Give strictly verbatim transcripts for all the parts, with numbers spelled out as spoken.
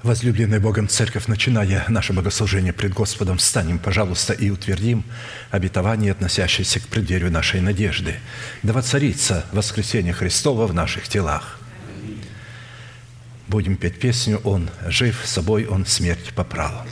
Возлюбленная Богом Церковь, начиная наше богослужение пред Господом, встанем, пожалуйста, и утвердим обетование, относящееся к преддверию нашей надежды. Да воцарится воскресение Христово в наших телах. Будем петь песню «Он жив, собой Он смерть попрал».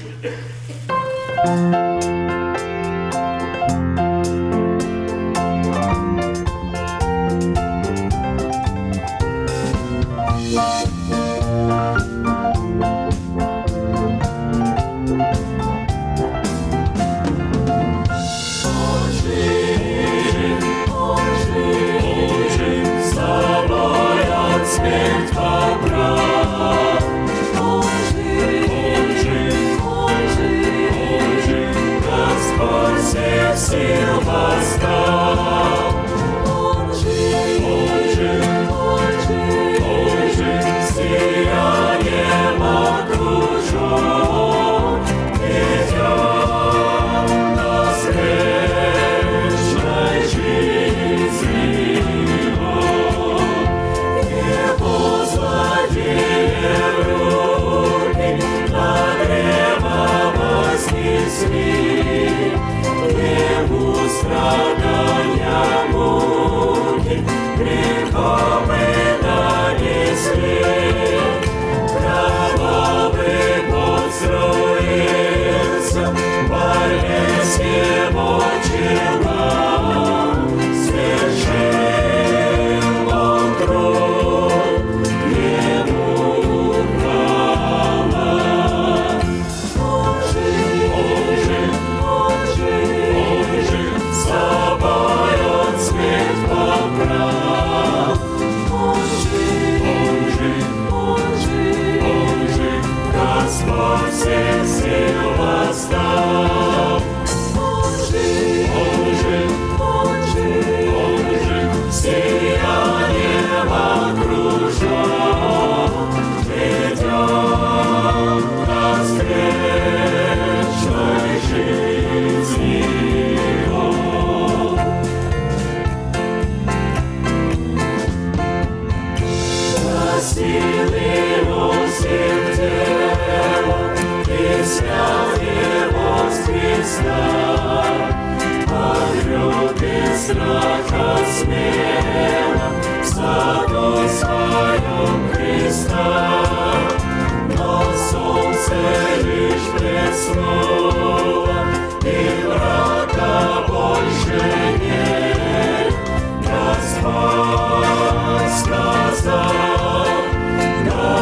Сил восстал, Он жив, Он жив, Он жив, Он жив, сиянием окружен, ведет нас вечной жизни Он. Его злодеи руки на древо вознесли, Ему страдания муки грехом мы нанесли. Кровавый пот струится, болезнь Его чела, свершил Он труд, Ему хвала. Он жив, Он жив, Он жив, собой Он смерть попрал. Он жив, Он жив, Он жив, Он жив, Господь всех сил восстал. Он жив, Он жив, Он жив, Он жив, сиянием окружен, ведет нас к вечной жизни. Силы усил тело и снял его с креста, погреб без страха смело в саду своем Христа. Но солнце лишь блеснуло, и врага больше нет. Господь сказал, да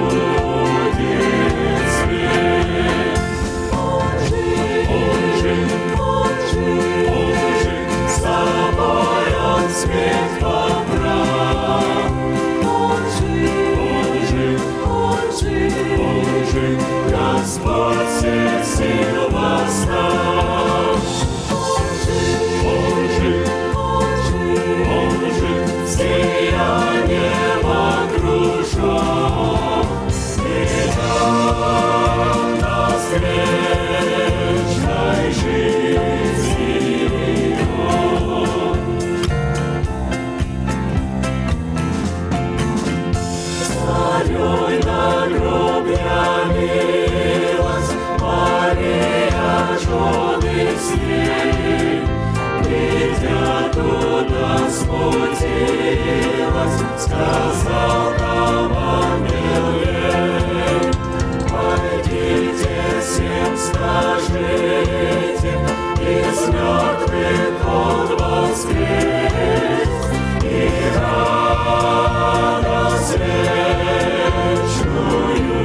будет свет. Он жив, Он жив, Он жив, Он жив, с собой Он смерть попрал. Он жив, Он жив, Он жив, Он жив, Господь всех сил восстал. Он жив, Он жив, Он жив, Он жив, сиянием окружен, ведет нас к вечной жизни Он. Царей нагробья милость, Мария жены всей, придя туда смутилась, сказал нам ангел ей: пойдите всем скажите, из мертвых Он воскрес, и радость вечную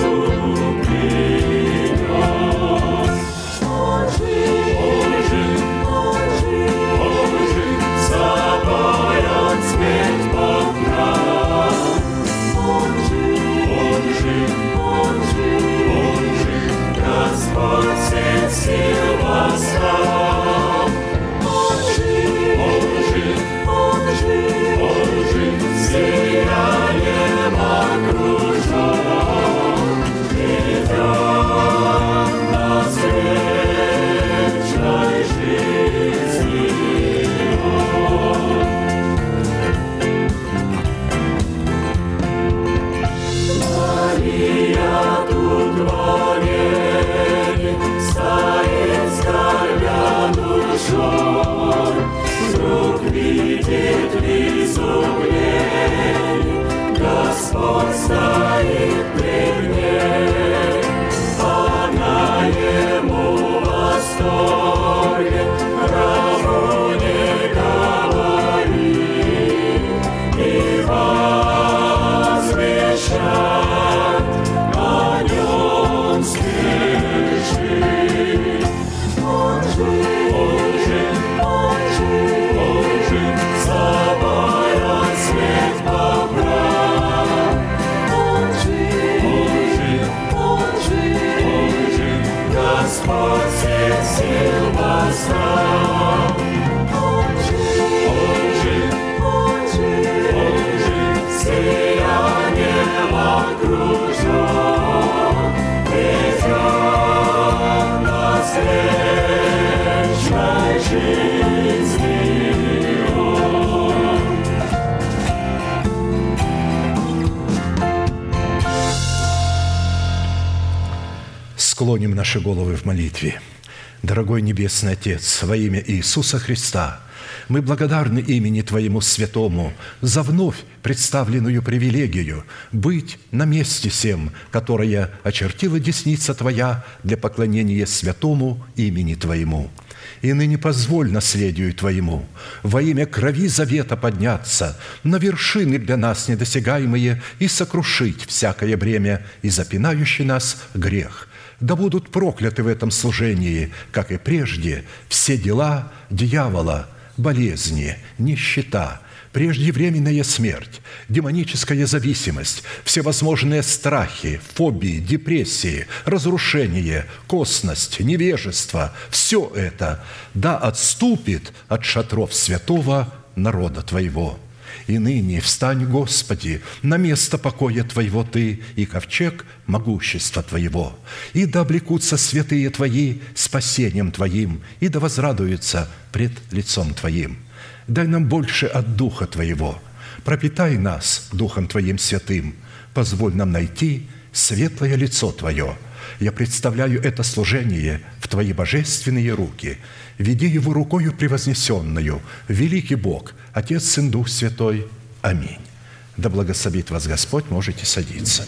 принес. Он жив, Он жив, Он жив, Он жив, с собой Он смерть попрал. Он жив, Он жив, Он жив, Он жив, Господь всех сил восстал. Он жив, Он жив, Он жив, Он жив, сиянием окружен, ведет нас к вечной жизни Он. Мария печать, на нем спеши. Он жив, он жив, он жив, он жив, собою свет побрал. Он жив, он жив, он жив, он жив, Господь всех сил восстал. Он жив, он жив, он жив, он жив, сиянием окружен, ведет нас вечной жизни Он. Склоним наши головы в молитве. Дорогой Небесный Отец, во имя Иисуса Христа, мы благодарны имени Твоему святому за вновь представленную привилегию быть на месте сем, которое очертила десница Твоя для поклонения святому имени Твоему. И ныне позволь наследию Твоему во имя крови завета подняться на вершины для нас недосягаемые и сокрушить всякое бремя и запинающий нас грех. Да будут прокляты в этом служении, как и прежде, все дела дьявола, болезни, нищета, преждевременная смерть, демоническая зависимость, всевозможные страхи, фобии, депрессии, разрушение, косность, невежество – все это да отступит от шатров святого народа Твоего. И ныне встань, Господи, на место покоя Твоего Ты и ковчег могущества Твоего, и да облекутся святые Твои спасением Твоим, и да возрадуются пред лицом Твоим. Дай нам больше от Духа Твоего, пропитай нас Духом Твоим святым, позволь нам найти светлое лицо Твое. Я представляю это служение в Твои божественные руки. Веди его рукою превознесенную, великий Бог, Отец, Сын, Дух Святой. Аминь. Да благословит вас Господь, можете садиться.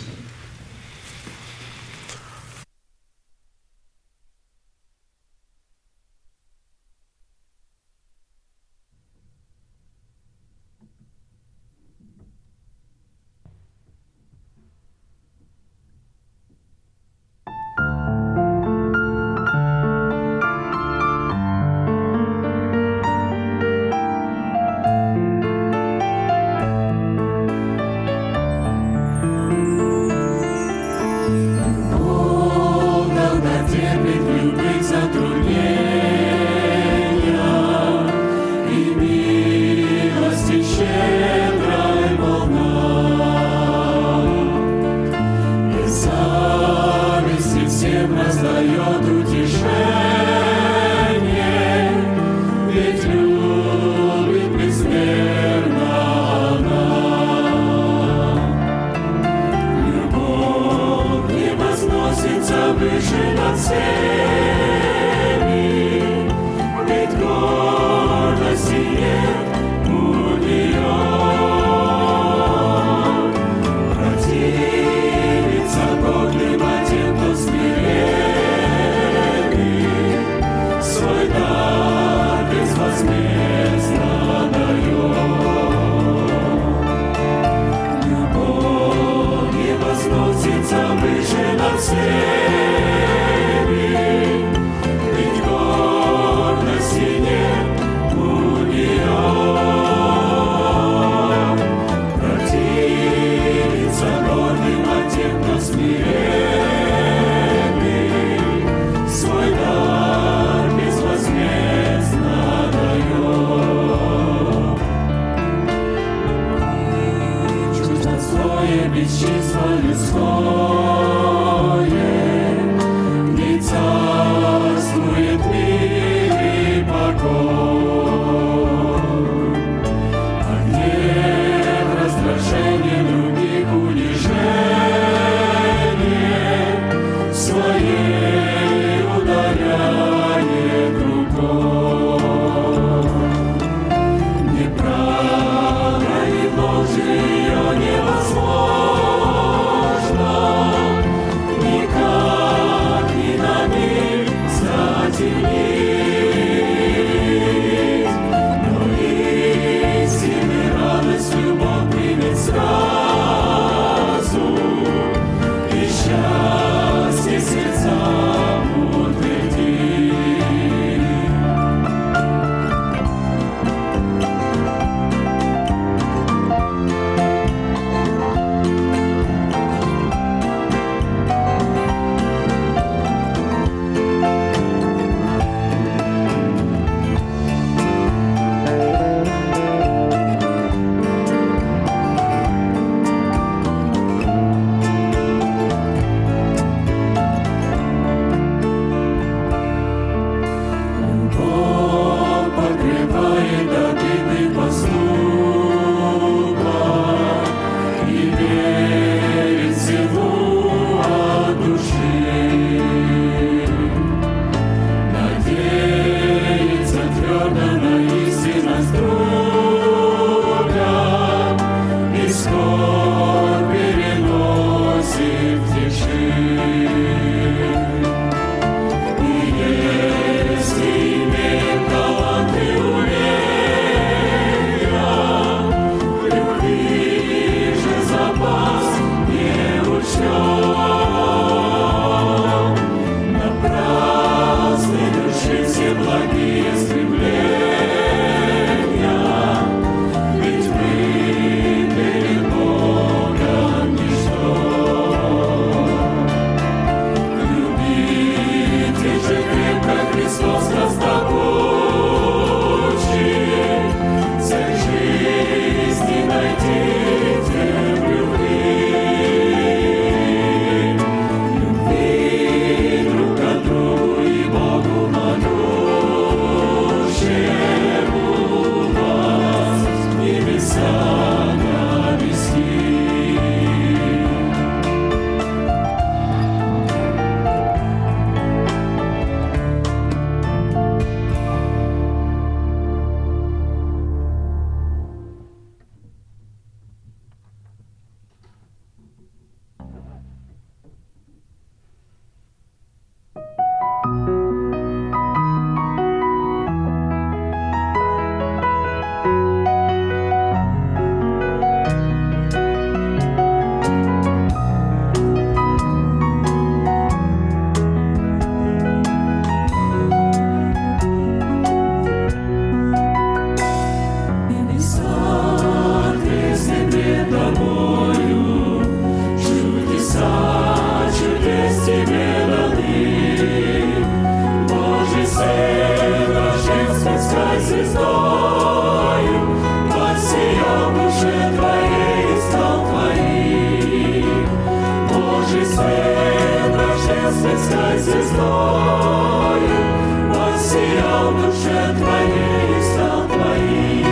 звездою, воссиял в душе твоей и стал твоим.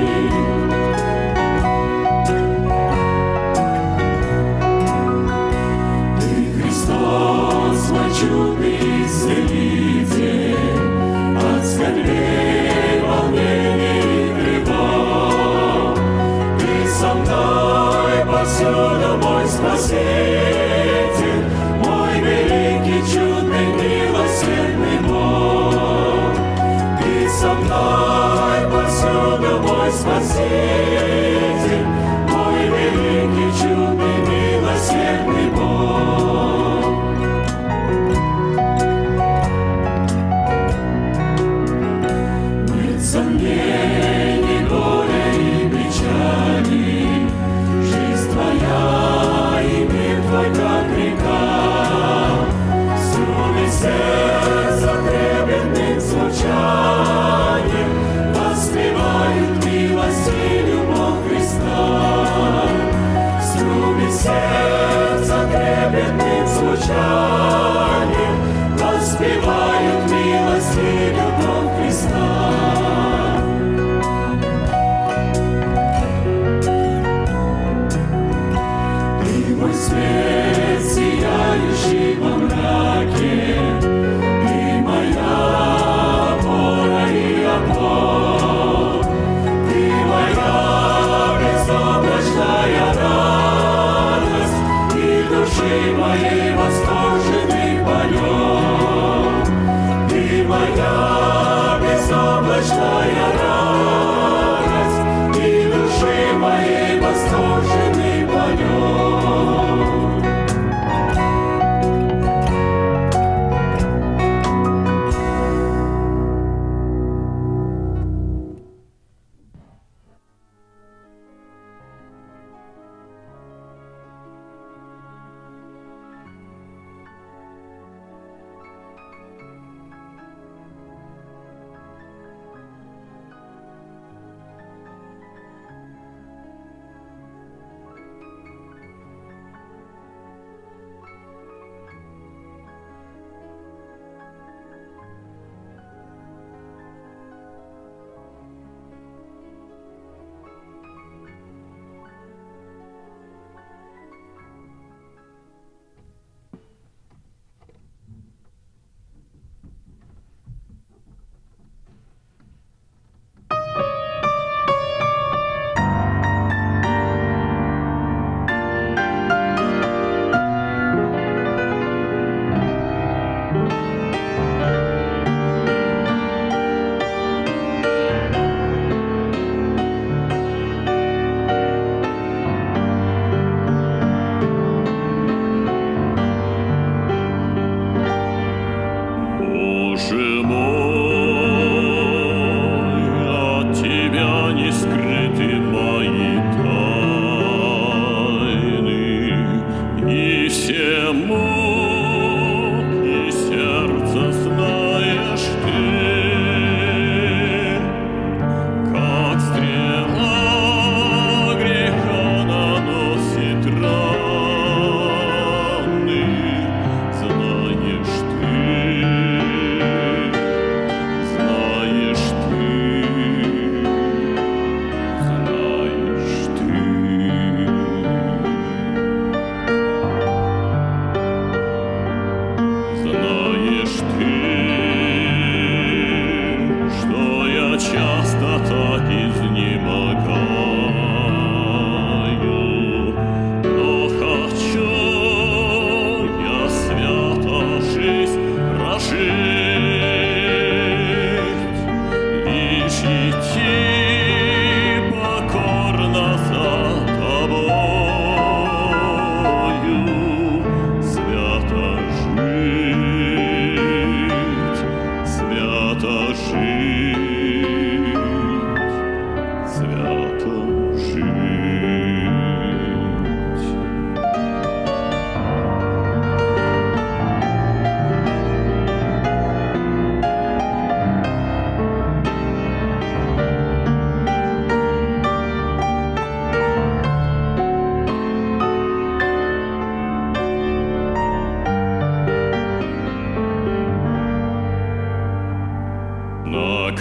Ты, Христос, мой чудный исцелитель, от скорбей, волнений и тревог. Ты со мной повсюду, мой Спаситель, мой великий, чудный, милосердный Бог. Ты со мной повсюду, мой Спаситель, мой великий, чудный, милосердный Бог. Нет сомнений, горя и печали, жизнь твоя и мир твой, как река, струны сердца трепетным звучанием воспевают милость и любовь Христа. Струны сердца трепетным звучанием воспевают милость и любовь Христа. Ты мой свет, сияющий во мраке, ты моя опора и оплот, ты моя безоблачная радость и души моей восторженный полет. Ты моя безоблачная радость и души моей восторженный полет. Боже мой, от Тебя не скрыты мои тайны, и все муки сердца знаешь Ты. Как стрела греха наносит раны, знаешь Ты, знаешь Ты, знаешь Ты.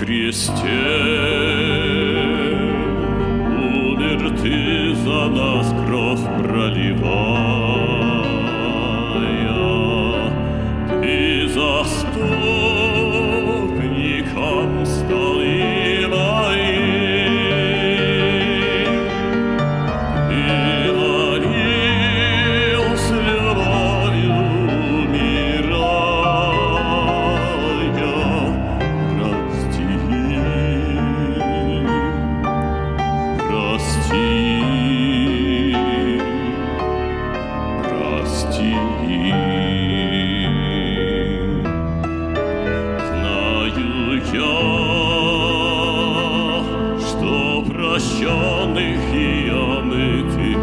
кресте умер Ты за нас, кровь проливая. Ты заступником стал и моим. Ты молил с любовью умирая. Прости, прости, прости. Знаю я, что прощенных и омытых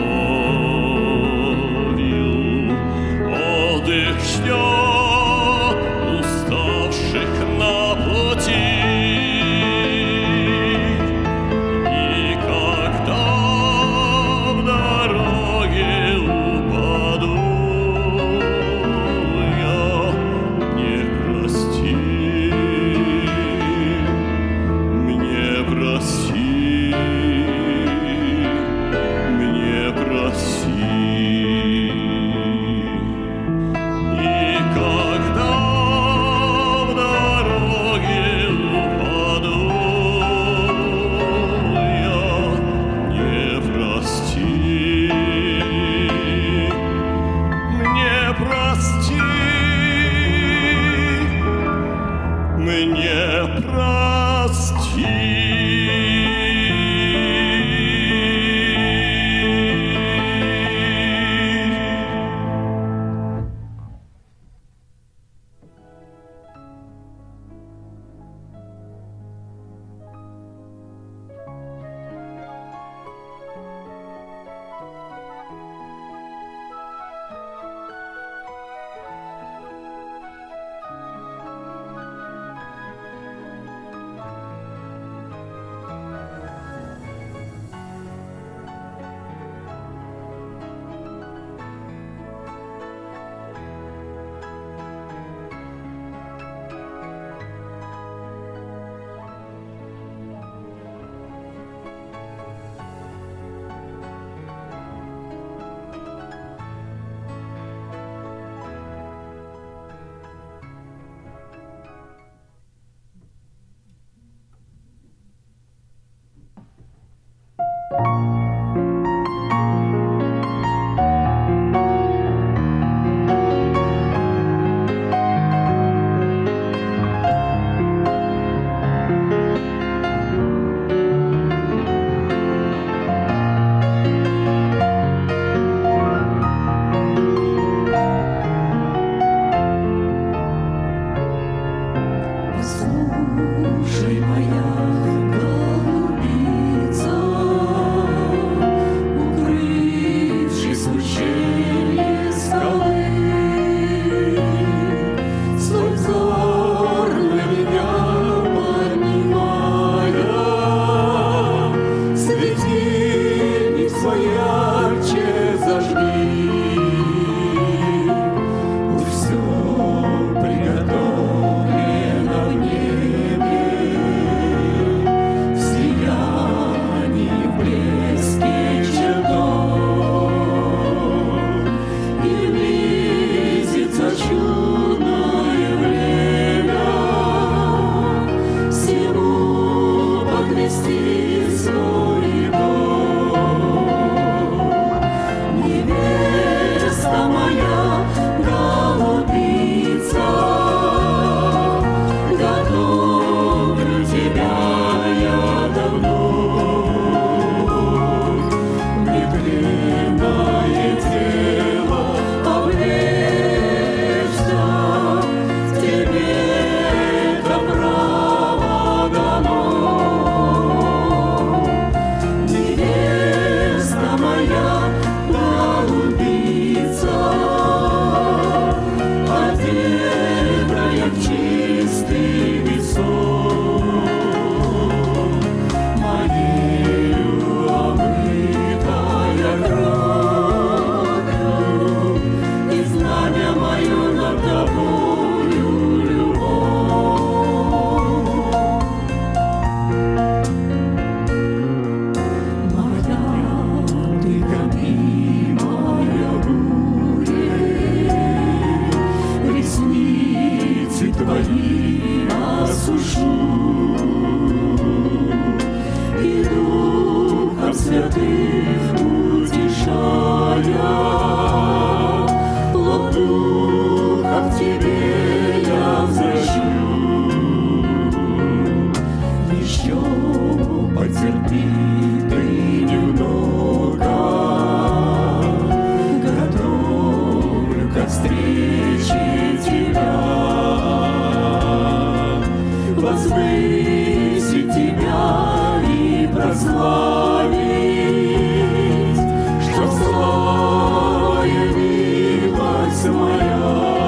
кровью отдых ждет уставших на пути. И когда в дороге упаду я, мне прости, мне прости, мне прости. И для встречи Тебя, возвысить Тебя и прославить, чтоб слава явилась моя.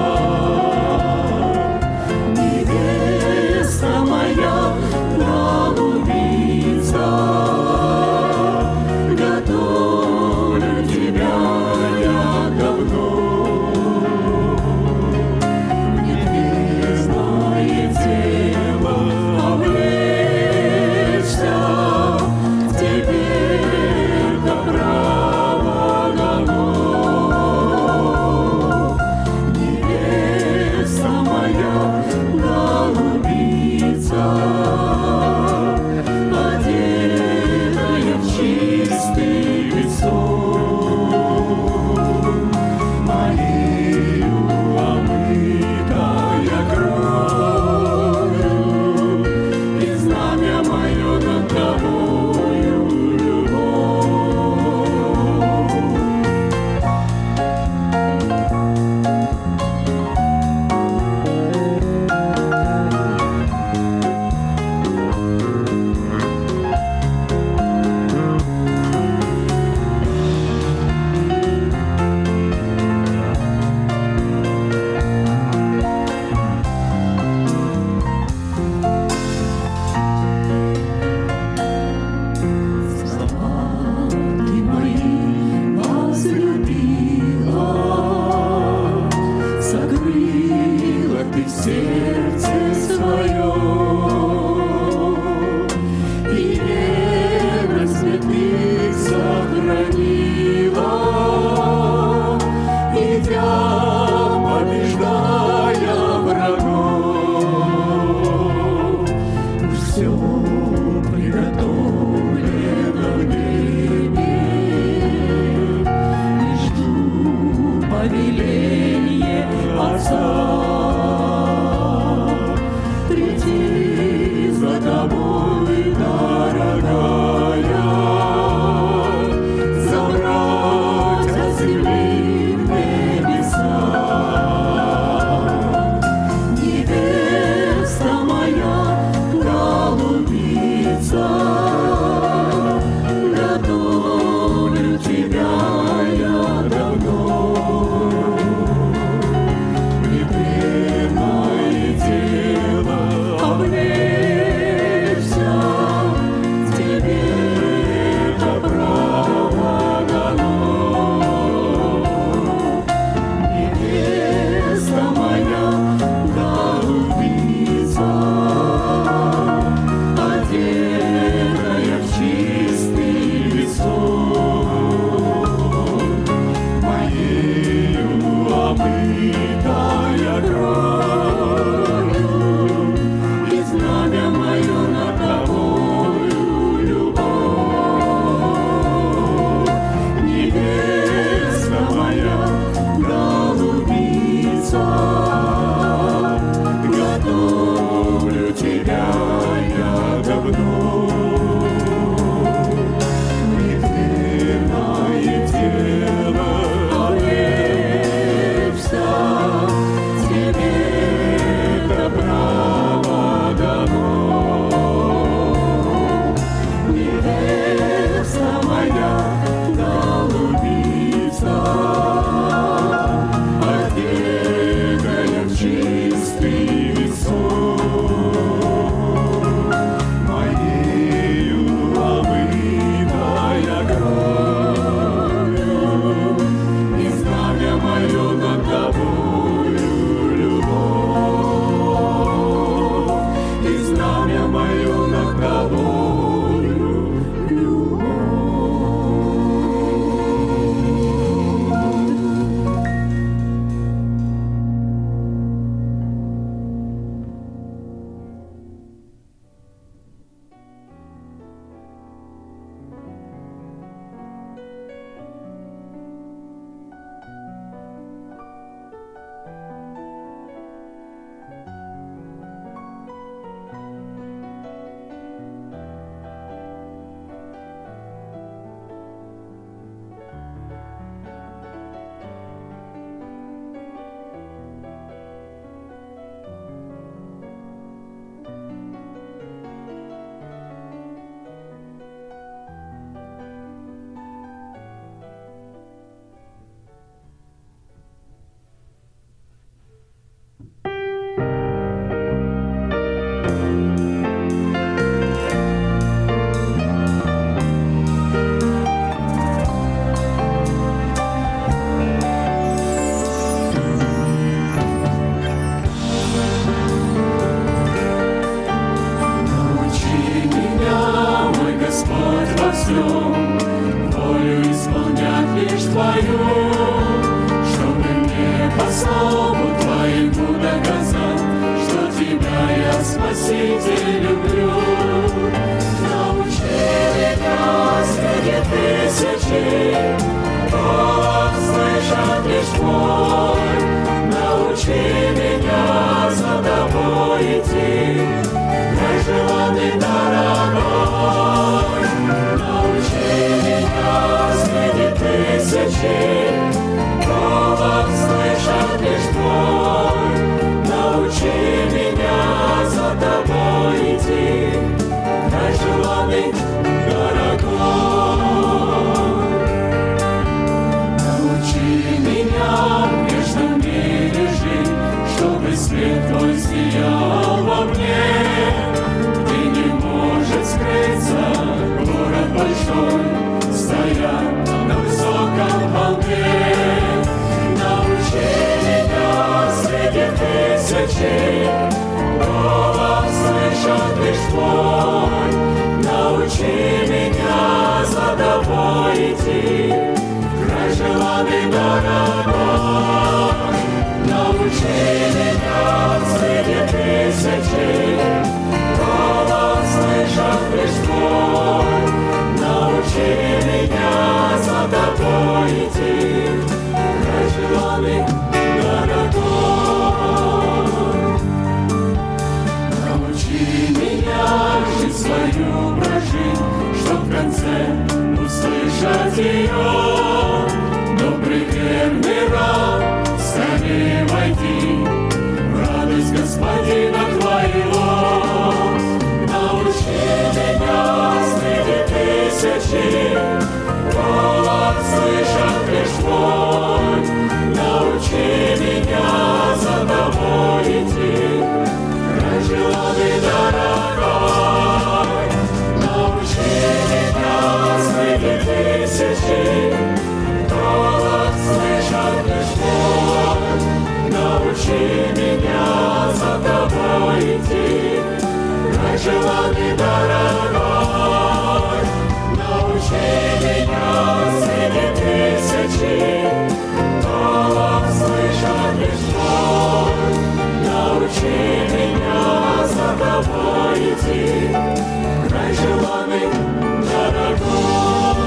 Невеста моя, голубица, готовлю Тебя я давно. Мне грешное тело облечься, в Тебе это право дано. Невеста моя, голубица, одетая в чистый венцом, моею омытая кровью, и знамя мое над Тобою любовь. Слова Ты мои возлюбила, сокрыла Ты в сердце своем, и верность мне Ты сохранила, идя, побеждая врагов. Уж все приготовлено в небе, и жду повеление Отца. Прийти за Тобой, дорогая, забрать от земли в небеса. Невеста моя, голубица, готовлю Тебя я давно. Непременное тело облечься, в Тебе это право дано. Невеста моя, голубица, одетая в чистый венцом, моею омытая кровью, и знамя мое над Тобою любовь. Невеста моя, голубица, готовлю Тебя я давно. Непременное тело облечься, тысячи, голос слышат лишь Твой. Научи меня за Тобой идти, край желанный дорогой. Научи меня среди тысячи, голос слышат лишь Твой. Научи меня за Тобой идти, край желанный дорогой. Научи меня жизнь свою прожить, чтоб в конце услышать ее. Добрый верный раб, скорее войди в радость Господина Твоего. Научи меня среди тысячи, голос слышат лишь Твой. Научи меня за Тобой идти, край желанный дорогой. Научи меня среди тысячи, голос слышат лишь Твой. Научи меня за Тобой идти, край желанный дорогой. Научи меня среди тысячи, голос слышат лишь Твой. Научи меня за Тобой идти, край желанный дорогой.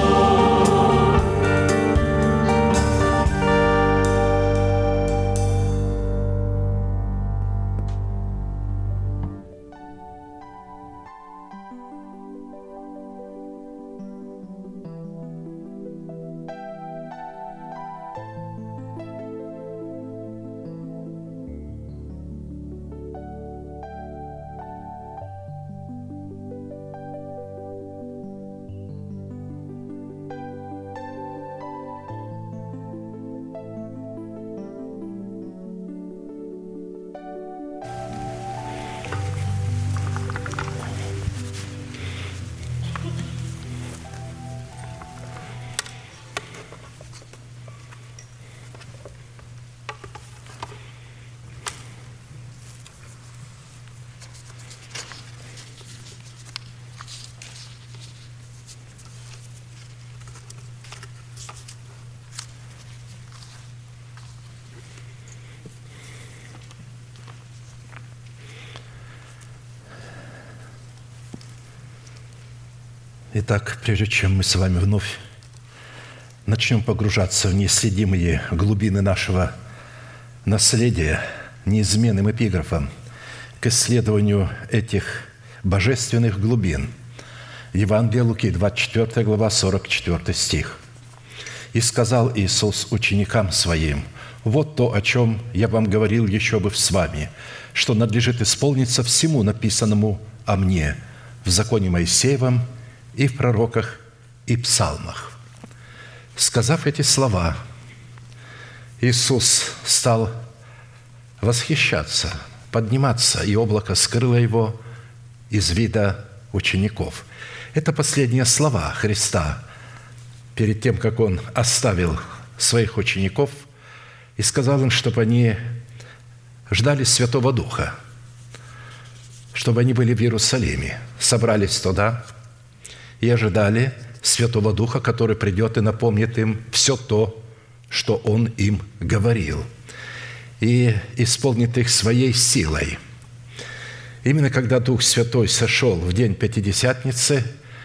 Итак, прежде чем мы с вами вновь начнем погружаться в неисследимые глубины нашего наследия неизменным эпиграфом к исследованию этих божественных глубин, Евангелие Луки, двадцать четвёртая глава, сорок четвёртый стих. «И сказал Иисус ученикам Своим: вот то, о чем я вам говорил еще бы с вами, что надлежит исполниться всему написанному о Мне в законе Моисеевом и в пророках и псалмах». Сказав эти слова, Иисус стал восхищаться, подниматься, и облако скрыло Его из вида учеников. Это последние слова Христа перед тем, как Он оставил своих учеников и сказал им, чтобы они ждали Святого Духа, чтобы они были в Иерусалиме, собрались туда и ожидали Святого Духа, который придет и напомнит им все то, что Он им говорил, и исполнит их своей силой. Именно когда Дух Святой сошел в день Пятидесятницы,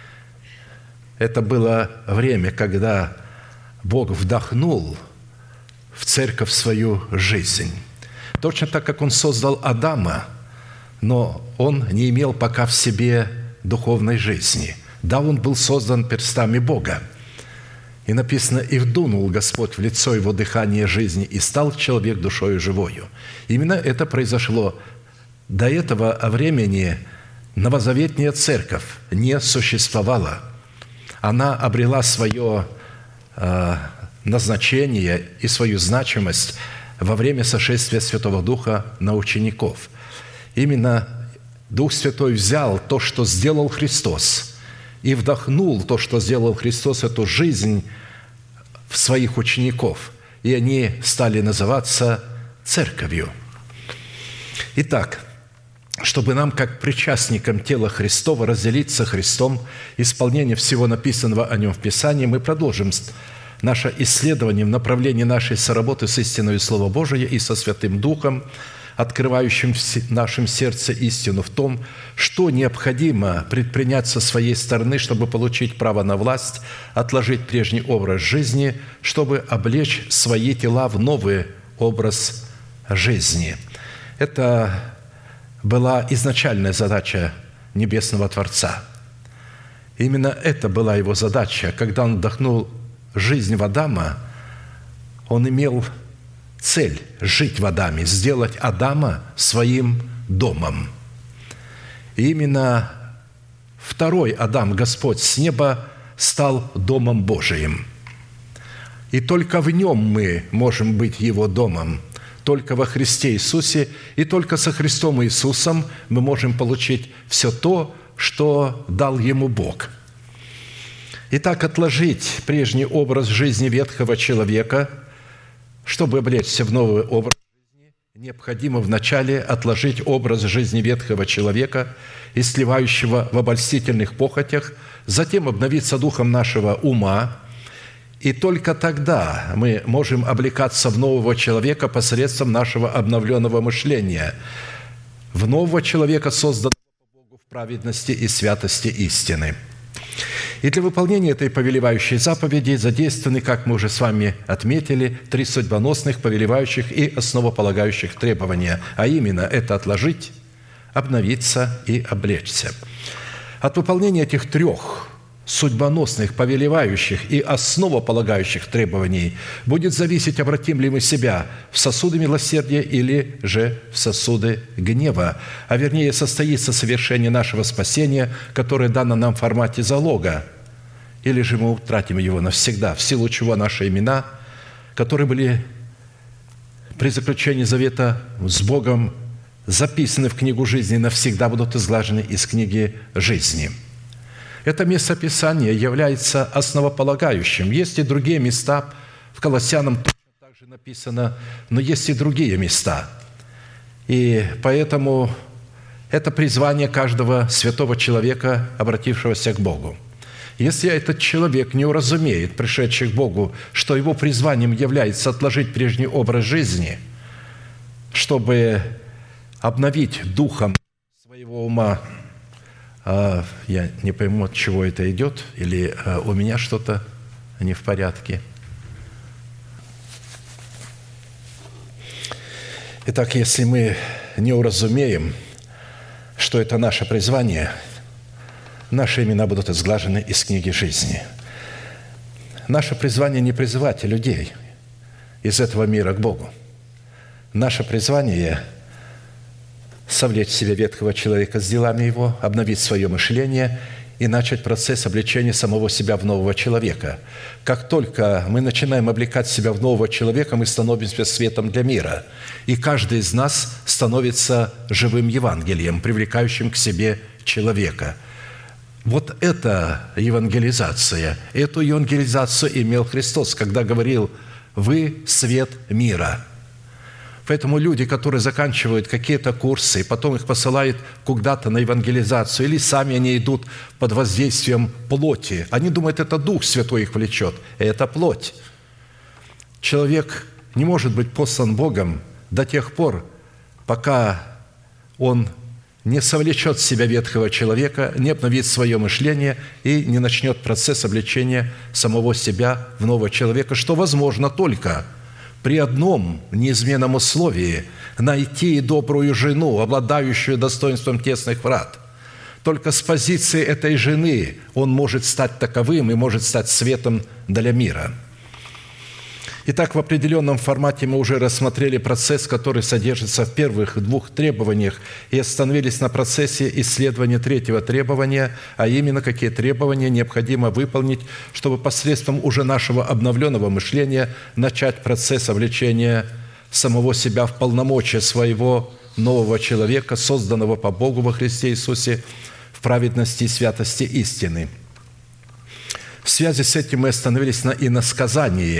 это было время, когда Бог вдохнул в церковь свою жизнь. Точно так, как Он создал Адама, но он не имел пока в себе духовной жизни. Да, он был создан перстами Бога. И написано: «И вдунул Господь в лицо его дыхание жизни, и стал человек душою живою». Именно это произошло. До этого времени новозаветная церковь не существовала. Она обрела свое э, назначение и свою значимость во время сошествия Святого Духа на учеников. Именно Дух Святой взял то, что сделал Христос, и вдохнул то, что сделал Христос, эту жизнь в своих учеников. И они стали называться церковью. Итак, чтобы нам, как причастникам тела Христова, разделиться со Христом, исполнение всего написанного о Нем в Писании, мы продолжим наше исследование в направлении нашей соработы с истиной Слова Божия и со Святым Духом, открывающим в нашем сердце истину в том, что необходимо предпринять со своей стороны, чтобы получить право на власть, отложить прежний образ жизни, чтобы облечь свои тела в новый образ жизни. Это была изначальная задача Небесного Творца. Именно это была его задача. Когда он вдохнул жизнь в Адама, он имел цель жить в Адаме, сделать Адама своим домом. И именно второй Адам, Господь с неба, стал Домом Божиим. И только в нем мы можем быть Его домом, только во Христе Иисусе, и только со Христом Иисусом мы можем получить все то, что дал Ему Бог. Итак, отложить прежний образ жизни ветхого человека, чтобы облечься в новый образ жизни, необходимо вначале отложить образ жизни ветхого человека, истлевающего в обольстительных похотях, затем обновиться духом нашего ума, и только тогда мы можем облекаться в нового человека посредством нашего обновленного мышления, в нового человека, созданного по Богу в праведности и святости истины. И для выполнения этой повелевающей заповеди задействованы, как мы уже с вами отметили, три судьбоносных, повелевающих и основополагающих требования, а именно это отложить, обновиться и облечься. От выполнения этих трех судьбоносных, повелевающих и основополагающих требований будет зависеть, обратим ли мы себя в сосуды милосердия или же в сосуды гнева, а вернее состоится совершение нашего спасения, которое дано нам в формате залога, или же мы утратим его навсегда, в силу чего наши имена, которые были при заключении завета с Богом записаны в книгу жизни, навсегда будут изглажены из книги жизни. Это местописание является основополагающим. Есть и другие места, в Колоссянам точно так же написано, но есть и другие места. И поэтому это призвание каждого святого человека, обратившегося к Богу. Если этот человек не уразумеет, пришедший к Богу, что его призванием является отложить прежний образ жизни, чтобы обновить духом своего ума, я не пойму, от чего это идет, или у меня что-то не в порядке. Итак, если мы не уразумеем, что это наше призвание, наши имена будут изглажены из книги жизни. Наше призвание не призывать людей из этого мира к Богу. Наше призвание – совлечь в себя ветхого человека с делами его, обновить свое мышление и начать процесс облечения самого себя в нового человека. Как только мы начинаем облекать себя в нового человека, мы становимся светом для мира. И каждый из нас становится живым Евангелием, привлекающим к себе человека. Вот это евангелизация. Эту евангелизацию имел Христос, когда говорил: «Вы свет мира». Поэтому люди, которые заканчивают какие-то курсы, и потом их посылают куда-то на евангелизацию, или сами они идут под воздействием плоти, они думают, это Дух Святой их влечет, и это плоть. Человек не может быть послан Богом до тех пор, пока он не совлечет в себя ветхого человека, не обновит свое мышление и не начнет процесс облечения самого себя в нового человека, что возможно только при одном неизменном условии – найти добрую жену, обладающую достоинством тесных врат. Только с позиции этой жены он может стать таковым и может стать светом для мира. Итак, в определенном формате мы уже рассмотрели процесс, который содержится в первых двух требованиях, и остановились на процессе исследования третьего требования, а именно, какие требования необходимо выполнить, чтобы посредством уже нашего обновленного мышления начать процесс облечения самого себя в полномочия своего нового человека, созданного по Богу во Христе Иисусе, в праведности и святости истины. В связи с этим мы остановились на иносказании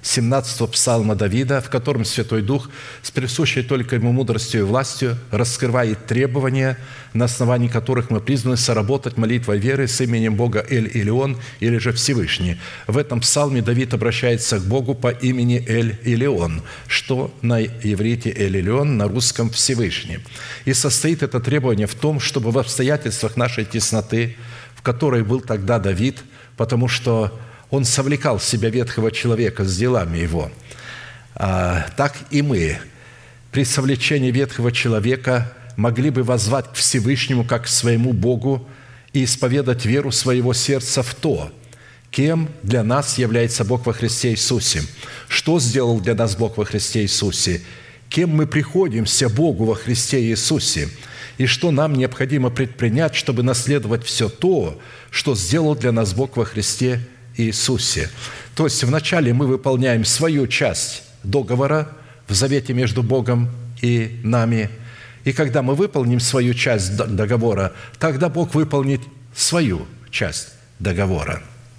семнадцатого псалма Давида, в котором Святой Дух с присущей только Ему мудростью и властью раскрывает требования, на основании которых мы призваны соработать молитвой веры с именем Бога Эль-Илион или же Всевышний. В этом псалме Давид обращается к Богу по имени Эль-Илион, что на иврите Эль-Илион, на русском Всевышний. И состоит это требование в том, чтобы в обстоятельствах нашей тесноты, в которой был тогда Давид, потому что он совлекал в себя ветхого человека с делами его, а, так и мы при совлечении ветхого человека могли бы воззвать к Всевышнему как к своему Богу и исповедать веру своего сердца в то, кем для нас является Бог во Христе Иисусе, что сделал для нас Бог во Христе Иисусе, кем мы приходимся Богу во Христе Иисусе, и что нам необходимо предпринять, чтобы наследовать все то, что сделал для нас Бог во Христе Иисусе. То есть вначале мы выполняем свою часть договора в завете между Богом и нами, и когда мы выполним свою часть договора, тогда Бог выполнит свою часть договора.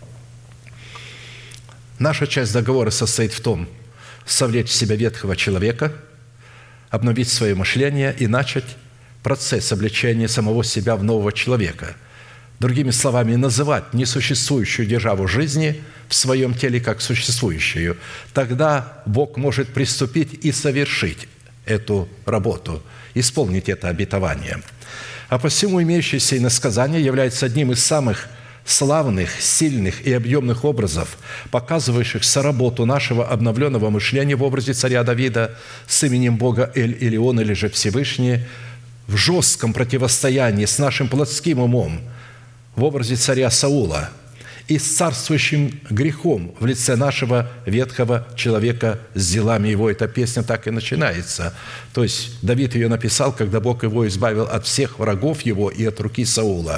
Наша часть договора состоит в том, совлечь в себя ветхого человека, обновить свое мышление и начать процесс облечения самого себя в нового человека. Другими словами, называть несуществующую державу жизни в своем теле как существующую. Тогда Бог может приступить и совершить эту работу, исполнить это обетование. А посему имеющееся иносказание является одним из самых славных, сильных и объемных образов, показывающих соработу нашего обновленного мышления в образе царя Давида с именем Бога Эль-Илион или же Всевышний в жестком противостоянии с нашим плотским умом в образе царя Саула и с царствующим грехом в лице нашего ветхого человека с делами его. Эта песня так и начинается. То есть Давид ее написал, когда Бог его избавил от всех врагов его и от руки Саула.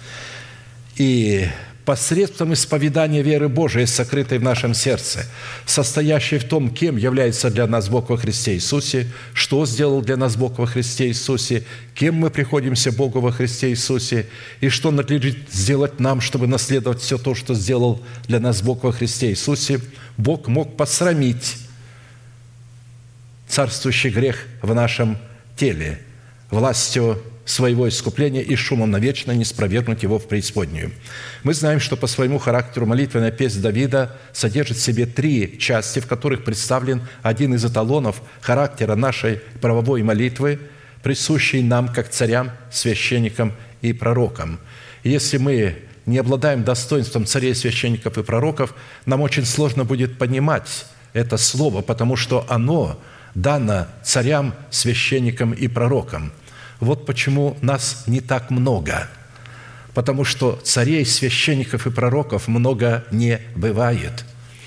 И посредством исповедания веры Божией, сокрытой в нашем сердце, состоящей в том, кем является для нас Бог во Христе Иисусе, что сделал для нас Бог во Христе Иисусе, кем мы приходимся Богу во Христе Иисусе, и что надлежит сделать нам, чтобы наследовать все то, что сделал для нас Бог во Христе Иисусе, Бог мог посрамить царствующий грех в нашем теле властью своего искупления и шумом навечно не спровергнуть его в преисподнюю. Мы знаем, что по своему характеру молитвенная песнь Давида содержит в себе три части, в которых представлен один из эталонов характера нашей правовой молитвы, присущий нам как царям, священникам и пророкам. И если мы не обладаем достоинством царей, священников и пророков, нам очень сложно будет понимать это слово, потому что оно дано царям, священникам и пророкам. Вот почему нас не так много, потому что царей, священников и пророков много не бывает.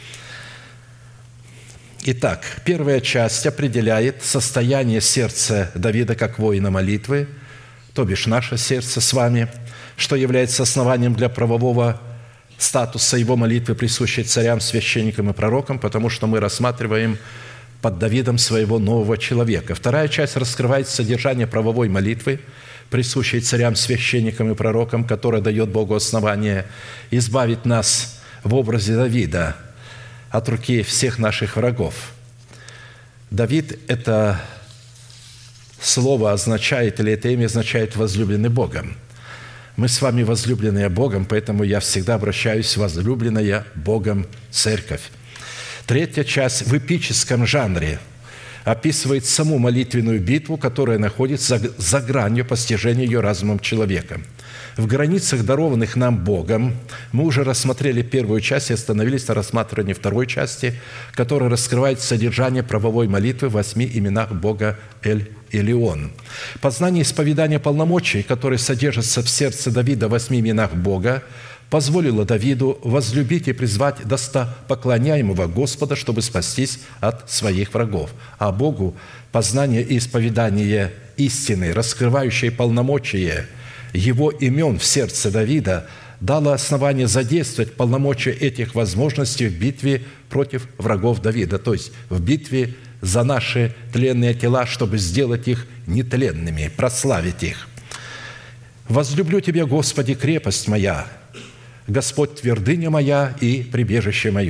Итак, первая часть определяет состояние сердца Давида как воина молитвы, то бишь наше сердце с вами, что является основанием для правового статуса его молитвы, присущей царям, священникам и пророкам, потому что мы рассматриваем под Давидом своего нового человека. Вторая часть раскрывает содержание правовой молитвы, присущей царям, священникам и пророкам, которая дает Богу основание избавить нас в образе Давида от руки всех наших врагов. Давид – это слово означает, или это имя означает «возлюбленный Богом». Мы с вами возлюбленные Богом, поэтому я всегда обращаюсь возлюбленная Богом церковь. Третья часть в эпическом жанре описывает саму молитвенную битву, которая находится за гранью постижения ее разумом человека. В границах, дарованных нам Богом, мы уже рассмотрели первую часть и остановились на рассматривании второй части, которая раскрывает содержание правовой молитвы в восьми именах Бога Эль-Илион. Познание исповедания полномочий, которые содержатся в сердце Давида в восьми именах Бога, позволило Давиду возлюбить и призвать достопоклоняемого Господа, чтобы спастись от своих врагов. А Богу познание и исповедание истины, раскрывающей полномочия Его имен в сердце Давида, дало основание задействовать полномочия этих возможностей в битве против врагов Давида, то есть в битве за наши тленные тела, чтобы сделать их нетленными, прославить их. «Возлюблю Тебя, Господи, крепость моя, Господь, твердыня моя и прибежище мое.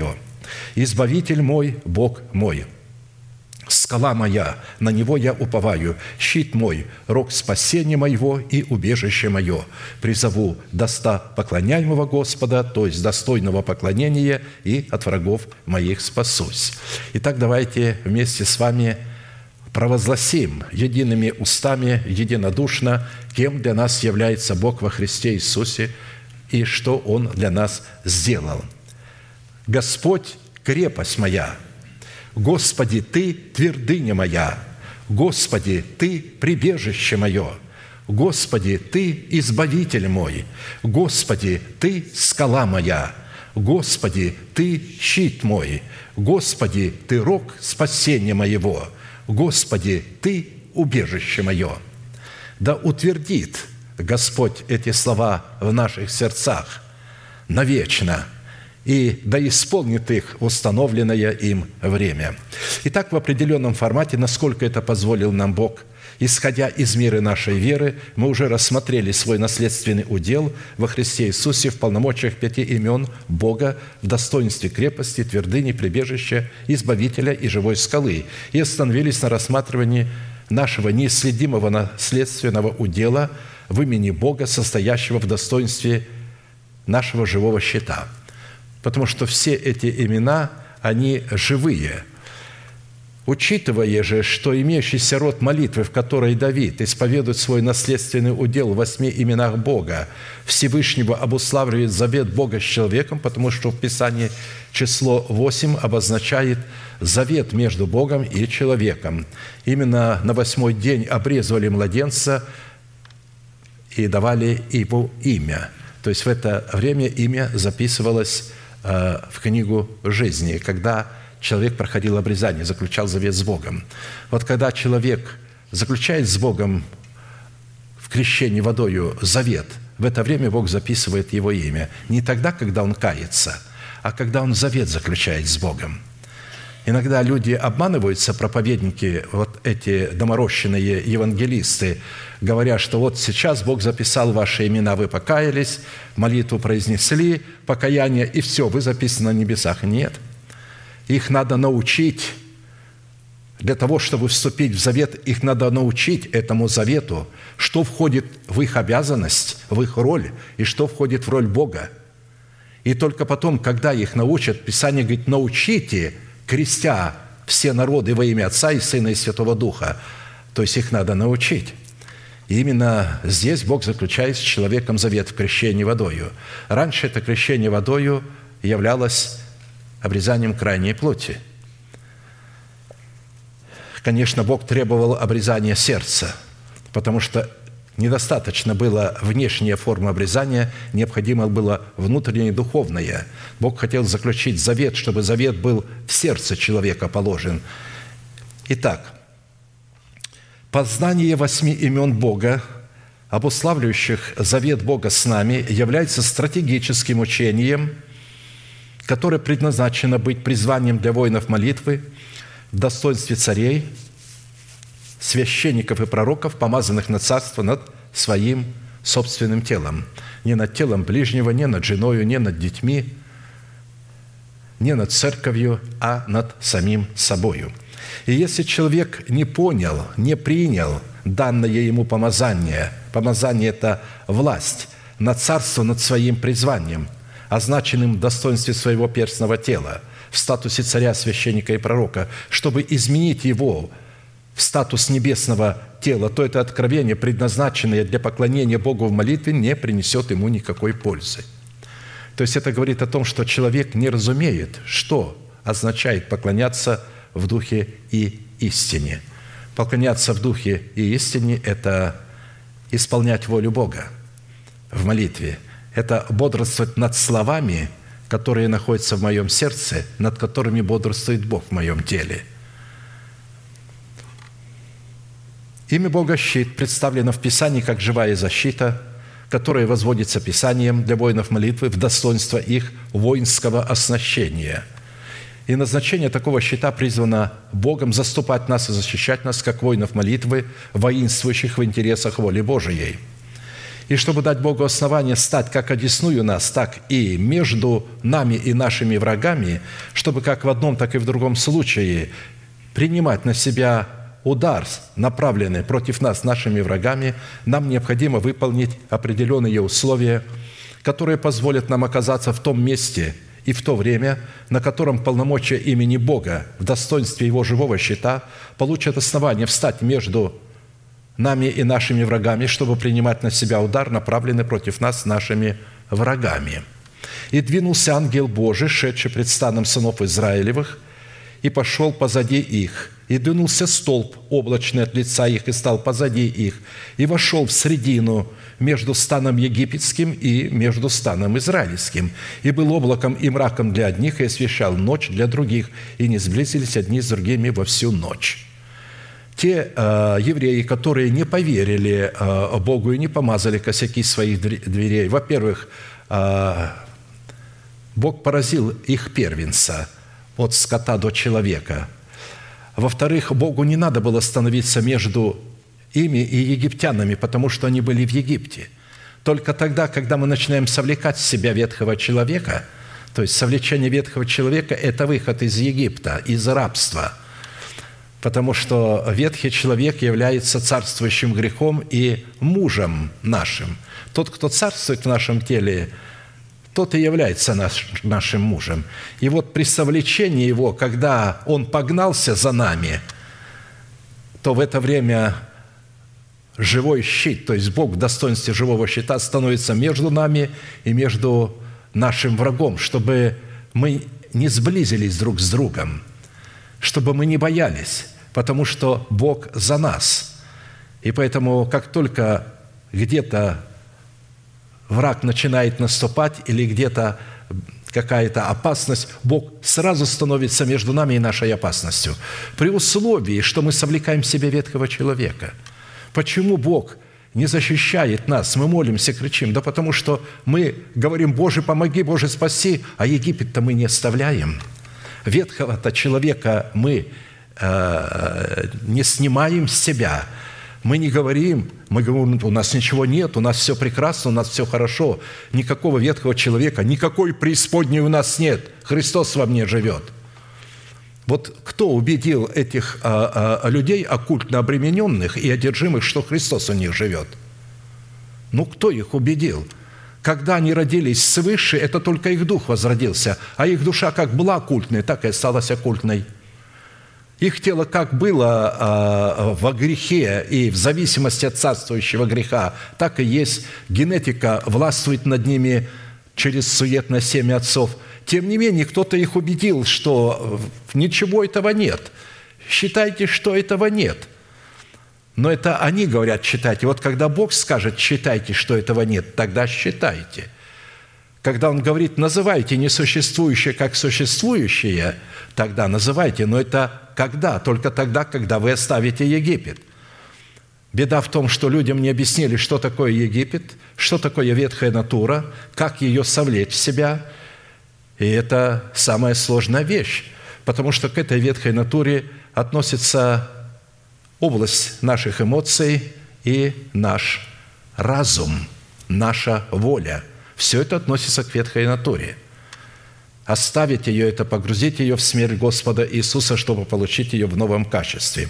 Избавитель мой, Бог мой, скала моя, на Него я уповаю, щит мой, рог спасения моего и убежище мое. Призову доста поклоняемого Господа, то есть достойного поклонения, и от врагов моих спасусь». Итак, давайте вместе с вами провозгласим едиными устами, единодушно, кем для нас является Бог во Христе Иисусе и что Он для нас сделал. «Господь, крепость моя, Господи, Ты твердыня моя, Господи, Ты прибежище мое, Господи, Ты избавитель мой, Господи, Ты скала моя, Господи, Ты щит мой, Господи, Ты рог спасения моего, Господи, Ты убежище мое». Да утвердит Господь эти слова в наших сердцах навечно, и да исполнит их в установленное им время. Итак, в определенном формате, насколько это позволил нам Бог, исходя из меры нашей веры, мы уже рассмотрели свой наследственный удел во Христе Иисусе в полномочиях пяти имен Бога в достоинстве крепости, твердыни, прибежища, избавителя и живой скалы, и остановились на рассматривании нашего неисследимого наследственного удела в имени Бога, состоящего в достоинстве нашего живого щита. Потому что все эти имена, они живые. Учитывая же, что имеющийся род молитвы, в которой Давид исповедует свой наследственный удел в восьми именах Бога, Всевышнего обуславливает завет Бога с человеком, потому что в Писании число восемь обозначает завет между Богом и человеком. Именно на восьмой день обрезывали младенца и давали его имя. То есть в это время имя записывалось в книгу жизни, когда человек проходил обрезание, заключал завет с Богом. Вот когда человек заключает с Богом в крещении водою завет, в это время Бог записывает его имя. Не тогда, когда он кается, а когда он завет заключает с Богом. Иногда люди обманываются, проповедники, вот эти доморощенные евангелисты, говоря, что вот сейчас Бог записал ваши имена, вы покаялись, молитву произнесли, покаяние, и все, вы записаны на небесах. Нет. Их надо научить. Для того, чтобы вступить в завет, их надо научить этому завету, что входит в их обязанность, в их роль, и что входит в роль Бога. И только потом, когда их научат, Писание говорит, научите, крестя все народы во имя Отца и Сына и Святого Духа. То есть их надо научить. И именно здесь Бог заключает с человеком завет в крещении водою. Раньше это крещение водою являлось обрезанием крайней плоти. Конечно, Бог требовал обрезания сердца, потому что недостаточно было внешняя форма обрезания, необходимо было внутреннее духовное. Бог хотел заключить завет, чтобы завет был в сердце человека положен. Итак, познание восьми имен Бога, обуславливающих завет Бога с нами, является стратегическим учением, которое предназначено быть призванием для воинов молитвы в достоинстве царей, священников и пророков, помазанных на царство над своим собственным телом. Не над телом ближнего, не над женою, не над детьми, не над церковью, а над самим собою. И если человек не понял, не принял данное ему помазание, помазание – это власть на царство над своим призванием, означенным в достоинстве своего перстного тела, в статусе царя, священника и пророка, чтобы изменить его в статус небесного тела, то это откровение, предназначенное для поклонения Богу в молитве, не принесет ему никакой пользы. То есть это говорит о том, что человек не разумеет, что означает поклоняться в духе и истине. Поклоняться в духе и истине – это исполнять волю Бога в молитве. Это бодрствовать над словами, которые находятся в моем сердце, над которыми бодрствует Бог в моем теле. Имя Бога «Щит» представлено в Писании как живая защита, которая возводится Писанием для воинов молитвы в достоинство их воинского оснащения. И назначение такого щита призвано Богом заступать нас и защищать нас, как воинов молитвы, воинствующих в интересах воли Божией. И чтобы дать Богу основание стать как одесную нас, так и между нами и нашими врагами, чтобы как в одном, так и в другом случае принимать на себя удар, направленный против нас нашими врагами, нам необходимо выполнить определенные условия, которые позволят нам оказаться в том месте и в то время, на котором полномочия имени Бога в достоинстве Его живого щита получат основание встать между нами и нашими врагами, чтобы принимать на себя удар, направленный против нас нашими врагами. И двинулся ангел Божий, шедший пред станом сынов Израилевых, и пошел позади их. И двинулся столб облачный от лица их, и стал позади их, и вошел в средину между станом египетским и между станом израильским. И был облаком и мраком для одних, и освещал ночь для других, и не сблизились одни с другими во всю ночь». Те э, евреи, которые не поверили э, Богу и не помазали косяки своих дверей, во-первых, э, Бог поразил их первенца от скота до человека. Во-вторых, Богу не надо было становиться между ими и египтянами, потому что они были в Египте. Только тогда, когда мы начинаем совлекать с себя ветхого человека, то есть совлечение ветхого человека – это выход из Египта, из рабства – потому что ветхий человек является царствующим грехом и мужем нашим. Тот, кто царствует в нашем теле, тот и является наш, нашим мужем. И вот при совлечении его, когда он погнался за нами, то в это время живой щит, то есть Бог в достоинстве живого щита становится между нами и между нашим врагом, чтобы мы не сблизились друг с другом, чтобы мы не боялись, потому что Бог за нас. И поэтому, как только где-то враг начинает наступать или где-то какая-то опасность, Бог сразу становится между нами и нашей опасностью. При условии, что мы совлекаем в себе ветхого человека. Почему Бог не защищает нас? Мы молимся, кричим. Да потому что мы говорим: «Боже, помоги, Боже, спаси», а Египет-то мы не оставляем. Ветхого-то человека мы не снимаем с себя. Мы не говорим, мы говорим: у нас ничего нет, у нас все прекрасно, у нас все хорошо. Никакого ветхого человека, никакой преисподней у нас нет. Христос во мне живет. Вот кто убедил этих а, а, людей, оккультно обремененных и одержимых, что Христос у них живет? Ну, кто их убедил? Когда они родились свыше, это только их дух возродился, а их душа как была оккультной, так и осталась оккультной. Их тело как было э, во грехе и в зависимости от царствующего греха, так и есть. Генетика властвует над ними через суетное семя отцов. Тем не менее, кто-то их убедил, что ничего этого нет. Считайте, что этого нет. Но это они говорят: считайте. Вот когда Бог скажет: считайте, что этого нет, тогда считайте. Когда Он говорит: называйте несуществующее как существующее, тогда называйте. Но это когда? Только тогда, когда вы оставите Египет. Беда в том, что людям не объяснили, что такое Египет, что такое ветхая натура, как ее совлечь в себя. И это самая сложная вещь, потому что к этой ветхой натуре относится область наших эмоций и наш разум, наша воля. Все это относится к ветхой натуре. Оставить ее – это погрузить ее в смерть Господа Иисуса, чтобы получить ее в новом качестве.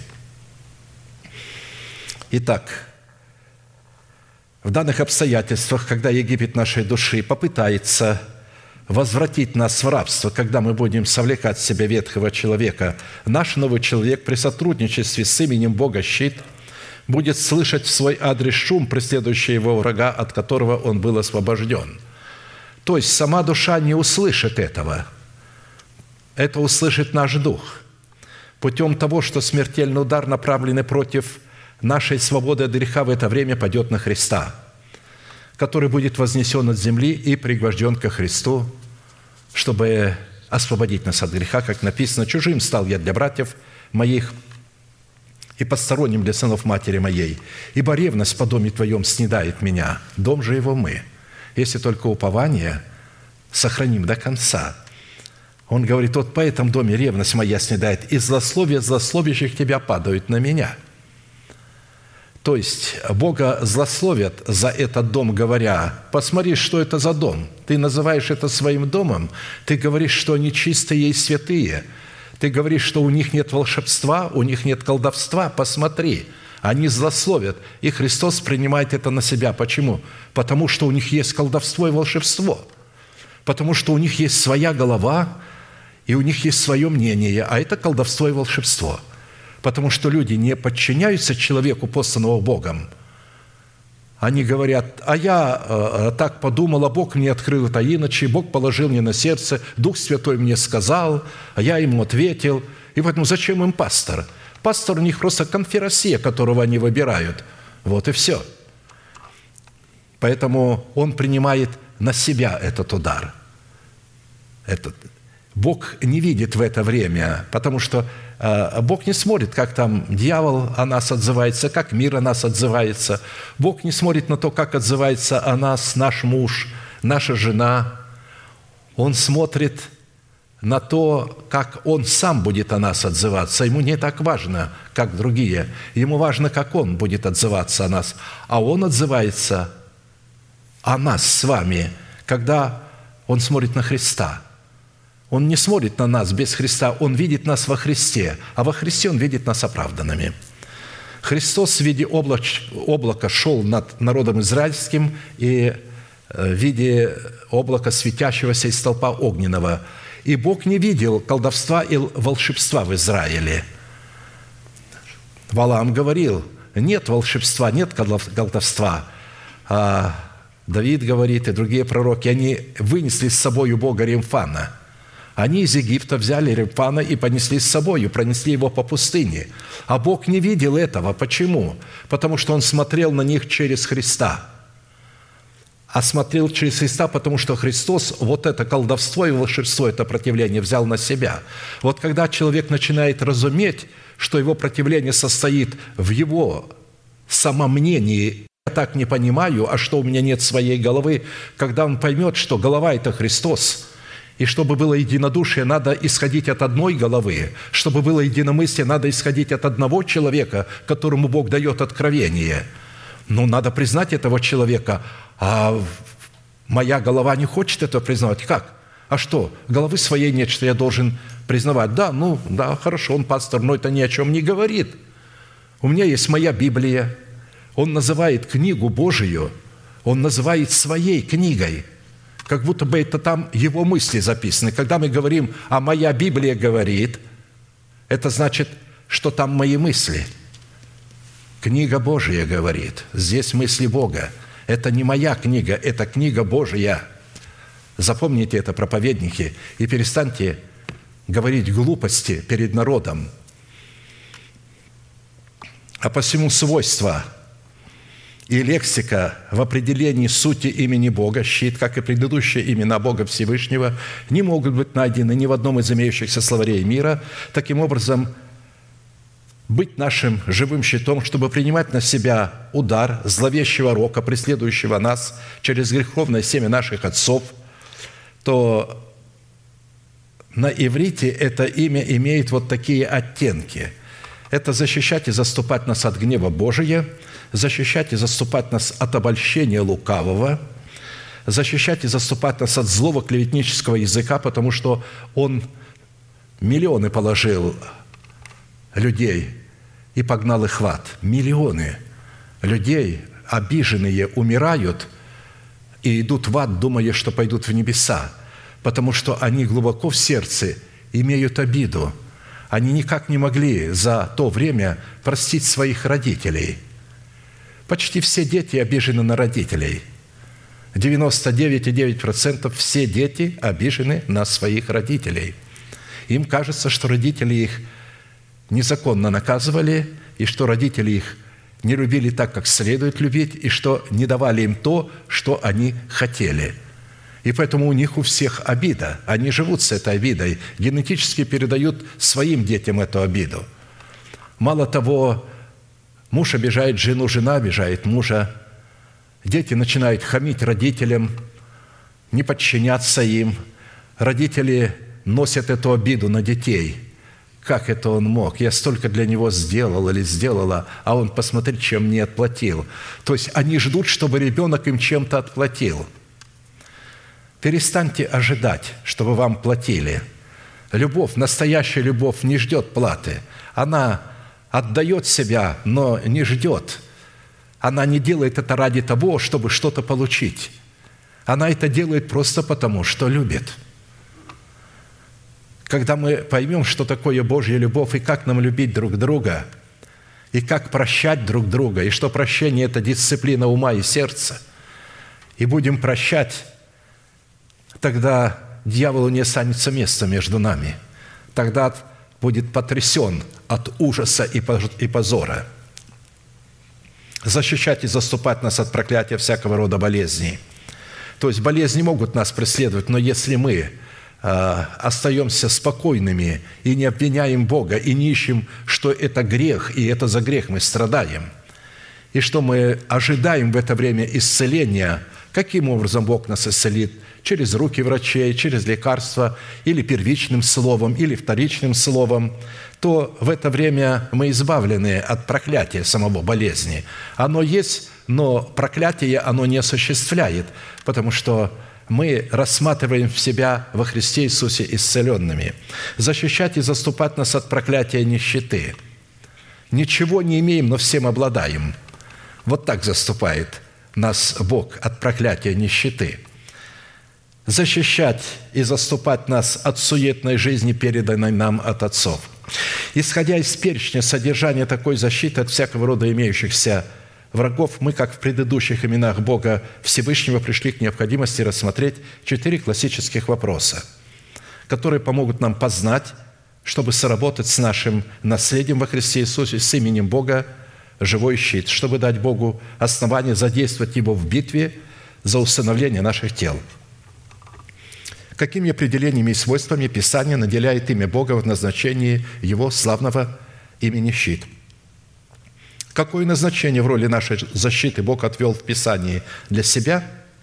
Итак, в данных обстоятельствах, когда Египет нашей души попытается возвратить нас в рабство, когда мы будем совлекать в себя ветхого человека, наш новый человек при сотрудничестве с именем Бога щит будет слышать в свой адрес шум, преследующий его врага, от которого он был освобожден. То есть сама душа не услышит этого. Это услышит наш дух. Путем того, что смертельный удар, направленный против нашей свободы от греха, в это время падет на Христа, который будет вознесен от земли и пригвожден ко Христу, чтобы освободить нас от греха, как написано: «Чужим стал я для братьев моих и посторонним для сынов матери моей, ибо ревность по доме твоем снедает меня, дом же его мы, если только упование сохраним до конца». Он говорит: вот по этом доме ревность моя снедает, и злословие злословящих тебя падают на меня. То есть Бога злословят за этот дом, говоря: посмотри, что это за дом. Ты называешь это своим домом, ты говоришь, что они чистые и святые, ты говоришь, что у них нет волшебства, у них нет колдовства. Посмотри, они злословят. И Христос принимает это на себя. Почему? Потому что у них есть колдовство и волшебство. Потому что у них есть своя голова, и у них есть свое мнение, а это колдовство и волшебство. Потому что люди не подчиняются человеку, посланного Богом. Они говорят: а я э, так подумал, а Бог мне открыл это иначе, Бог положил мне на сердце, Дух Святой мне сказал, а я ему ответил. И поэтому зачем им пастор? Пастор у них просто конферансье, которого они выбирают. Вот и все. Поэтому он принимает на себя этот удар. Этот. Бог не видит в это время, потому что э, Бог не смотрит, как там дьявол о нас отзывается, как мир о нас отзывается. Бог не смотрит на то, как отзывается о нас наш муж, наша жена. Он смотрит на то, как Он сам будет о нас отзываться. Ему не так важно, как другие. Ему важно, как Он будет отзываться о нас. А Он отзывается о нас с вами, когда Он смотрит на Христа. Он не смотрит на нас без Христа, Он видит нас во Христе, а во Христе Он видит нас оправданными. Христос в виде облач, облака шел над народом израильским и в виде облака светящегося из столпа огненного. И Бог не видел колдовства и волшебства в Израиле. Валаам говорил: нет волшебства, нет колдовства. А Давид говорит, и другие пророки, они вынесли с собой у Бога Римфана. Они из Египта взяли Римфана и понесли с собой, пронесли его по пустыне. А Бог не видел этого. Почему? Потому что Он смотрел на них через Христа. А смотрел через Христа, потому что Христос вот это колдовство и волшебство, это противление взял на себя. Вот когда человек начинает разуметь, что его противление состоит в его самомнении, я так не понимаю, а что у меня нет своей головы, когда он поймет, что голова – это Христос, и чтобы было единодушие, надо исходить от одной головы. Чтобы было единомыслие, надо исходить от одного человека, которому Бог дает откровение. Ну, надо признать этого человека, а моя голова не хочет этого признавать. Как? А что? Головы своей нет, что я должен признавать. Да, ну, да, хорошо, он пастор, но это ни о чем не говорит. У меня есть моя Библия. Он называет книгу Божию, он называет своей книгой, как будто бы это там его мысли записаны. Когда мы говорим «а моя Библия говорит», это значит, что там мои мысли. Книга Божия говорит. Здесь мысли Бога. Это не моя книга, это книга Божия. Запомните это, проповедники, и перестаньте говорить глупости перед народом. А посему свойства и лексика в определении сути имени Бога, щит, как и предыдущие имена Бога Всевышнего, не могут быть найдены ни в одном из имеющихся словарей мира. Таким образом, быть нашим живым щитом, чтобы принимать на себя удар зловещего рока, преследующего нас через греховное семя наших отцов, то на иврите это имя имеет вот такие оттенки. Это защищать и заступать нас от гнева Божия, защищать и заступать нас от обольщения лукавого, защищать и заступать нас от злого клеветнического языка, потому что он миллионы положил людей и погнал их в ад. Миллионы людей, обиженные, умирают и идут в ад, думая, что пойдут в небеса, потому что они глубоко в сердце имеют обиду. Они никак не могли за то время простить своих родителей. Почти все дети обижены на родителей. девяносто девять целых девять десятых процента все дети обижены на своих родителей. Им кажется, что родители их незаконно наказывали, и что родители их не любили так, как следует любить, и что не давали им то, что они хотели. И поэтому у них у всех обида. Они живут с этой обидой, генетически передают своим детям эту обиду. Мало того, муж обижает жену, жена обижает мужа, дети начинают хамить родителям, не подчиняться им. Родители носят эту обиду на детей. как это он мог? Я столько для него сделал или сделала, а он, посмотри, чем мне отплатил. То есть они ждут, чтобы ребенок им чем-то отплатил. Перестаньте ожидать, чтобы вам платили. Любовь, настоящая любовь не ждет платы. Она отдает себя, но не ждет. Она не делает это ради того, чтобы что-то получить. Она это делает просто потому, что любит. Когда мы поймем, что такое Божья любовь, и как нам любить друг друга, и как прощать друг друга, и что прощение – это дисциплина ума и сердца, и будем прощать, тогда дьяволу не останется места между нами. Тогда будет потрясен от ужаса и позора. Защищать и заступать нас от проклятия всякого рода болезней. То есть болезни могут нас преследовать, но если мы остаемся спокойными и не обвиняем Бога, и не ищем, что это грех, и это за грех мы страдаем, и что мы ожидаем в это время исцеления, каким образом Бог нас исцелит? Через руки врачей, через лекарства, или первичным словом, или вторичным словом, то в это время мы избавлены от проклятия самого болезни. Оно есть, но проклятие оно не осуществляет, потому что мы рассматриваем себя во Христе Иисусе исцеленными. Защищать и заступать нас от проклятия нищеты. Ничего не имеем, но всем обладаем. Вот так заступает нас Бог от проклятия нищеты. Защищать и заступать нас от суетной жизни, переданной нам от отцов. Исходя из перечня содержания такой защиты от всякого рода имеющихся врагов, мы, как в предыдущих именах Бога Всевышнего, пришли к необходимости рассмотреть четыре классических вопроса, которые помогут нам познать, чтобы соработать с нашим наследием во Христе Иисусе, с именем Бога, живой щит, чтобы дать Богу основание задействовать Его в битве за усыновление наших тел. Какими определениями и свойствами Писание наделяет имя Бога в назначении Его славного имени щит? Какое назначение в роли нашей защиты Бог отвел в Писании для себя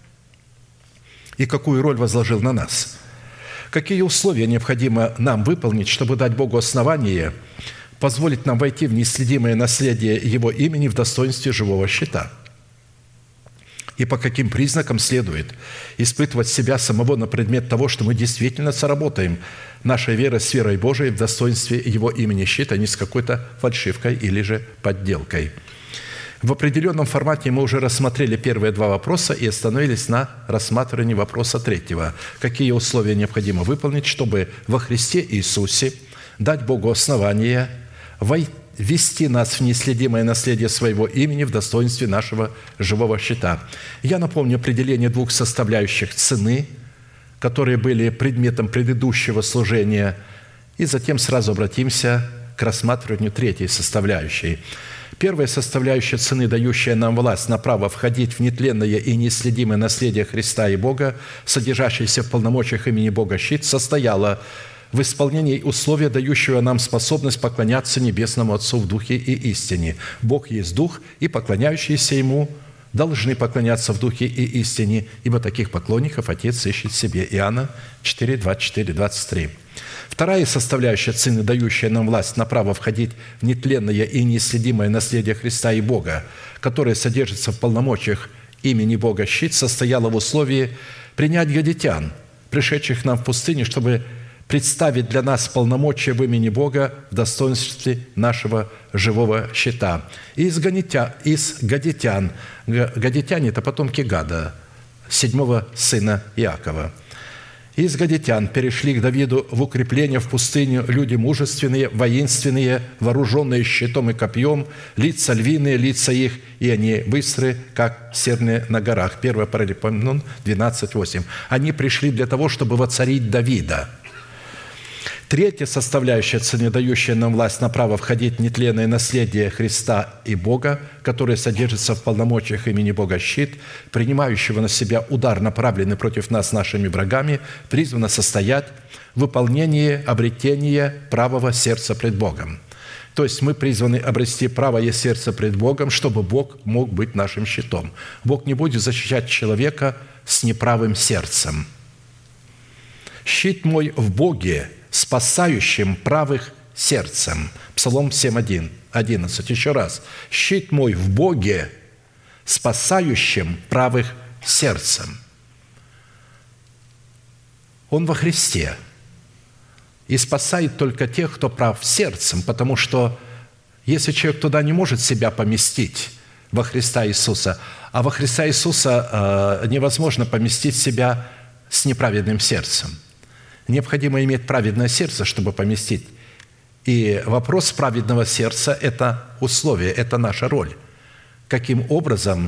и какую роль возложил на нас? Какие условия необходимо нам выполнить, чтобы дать Богу основание позволить нам войти в неисследимое наследие Его имени в достоинстве живого щита? И по каким признакам следует испытывать себя самого на предмет того, что мы действительно соработаем нашей верой с верой Божией в достоинстве Его имени щит, а не с какой-то фальшивкой или же подделкой. В определенном формате мы уже рассмотрели первые два вопроса и остановились на рассматривании вопроса третьего. Какие условия необходимо выполнить, чтобы во Христе Иисусе дать Богу основание войти, ввести нас в неисследимое наследие Своего имени в достоинстве нашего живого щита. Я напомню определение двух составляющих цены, которые были предметом предыдущего служения, и затем сразу обратимся к рассматриванию третьей составляющей. Первая составляющая цены, дающая нам власть на право входить в нетленное и неисследимое наследие Христа и Бога, содержащееся в полномочиях имени Бога щит, состояла в исполнении условия, дающего нам способность поклоняться Небесному Отцу в Духе и истине. Бог есть Дух, и поклоняющиеся Ему должны поклоняться в Духе и истине, ибо таких поклонников Отец ищет себе». Иоанна четыре, двадцать четыре, двадцать три. Вторая составляющая цены, дающая нам власть на право входить в нетленное и неисследимое наследие Христа и Бога, которое содержится в полномочиях имени Бога щит, состояла в условии принять гадитян, пришедших нам в пустыню, чтобы представить для нас полномочия в имени Бога в достоинстве нашего живого щита. И из, ганитя, из гадитян, гадитяне – это потомки Гада, седьмого сына Иакова. Из гадитян перешли к Давиду в укрепление в пустыню люди мужественные, воинственные, вооруженные щитом и копьем, лица львиные, лица их, и они быстрые, как серны на горах. первое Паралипоменон двенадцать, восемь. Они пришли для того, чтобы воцарить Давида. Третья составляющая цены, дающая нам власть на право входить в нетленное наследие Христа и Бога, которое содержится в полномочиях имени Бога щит, принимающего на себя удар, направленный против нас нашими врагами, призвана состоять в выполнении обретения правого сердца пред Богом. То есть мы призваны обрести правое сердце пред Богом, чтобы Бог мог быть нашим щитом. Бог не будет защищать человека с неправым сердцем. «Щит мой в Боге, спасающим правых сердцем». Псалом семь, одиннадцать. Еще раз. «Щит мой в Боге, спасающим правых сердцем». Он во Христе. И спасает только тех, кто прав сердцем, потому что если человек туда не может себя поместить, во Христа Иисуса, а во Христа Иисуса э, невозможно поместить себя с неправедным сердцем. Необходимо иметь праведное сердце, чтобы поместить. И вопрос праведного сердца – это условие, это наша роль. Каким образом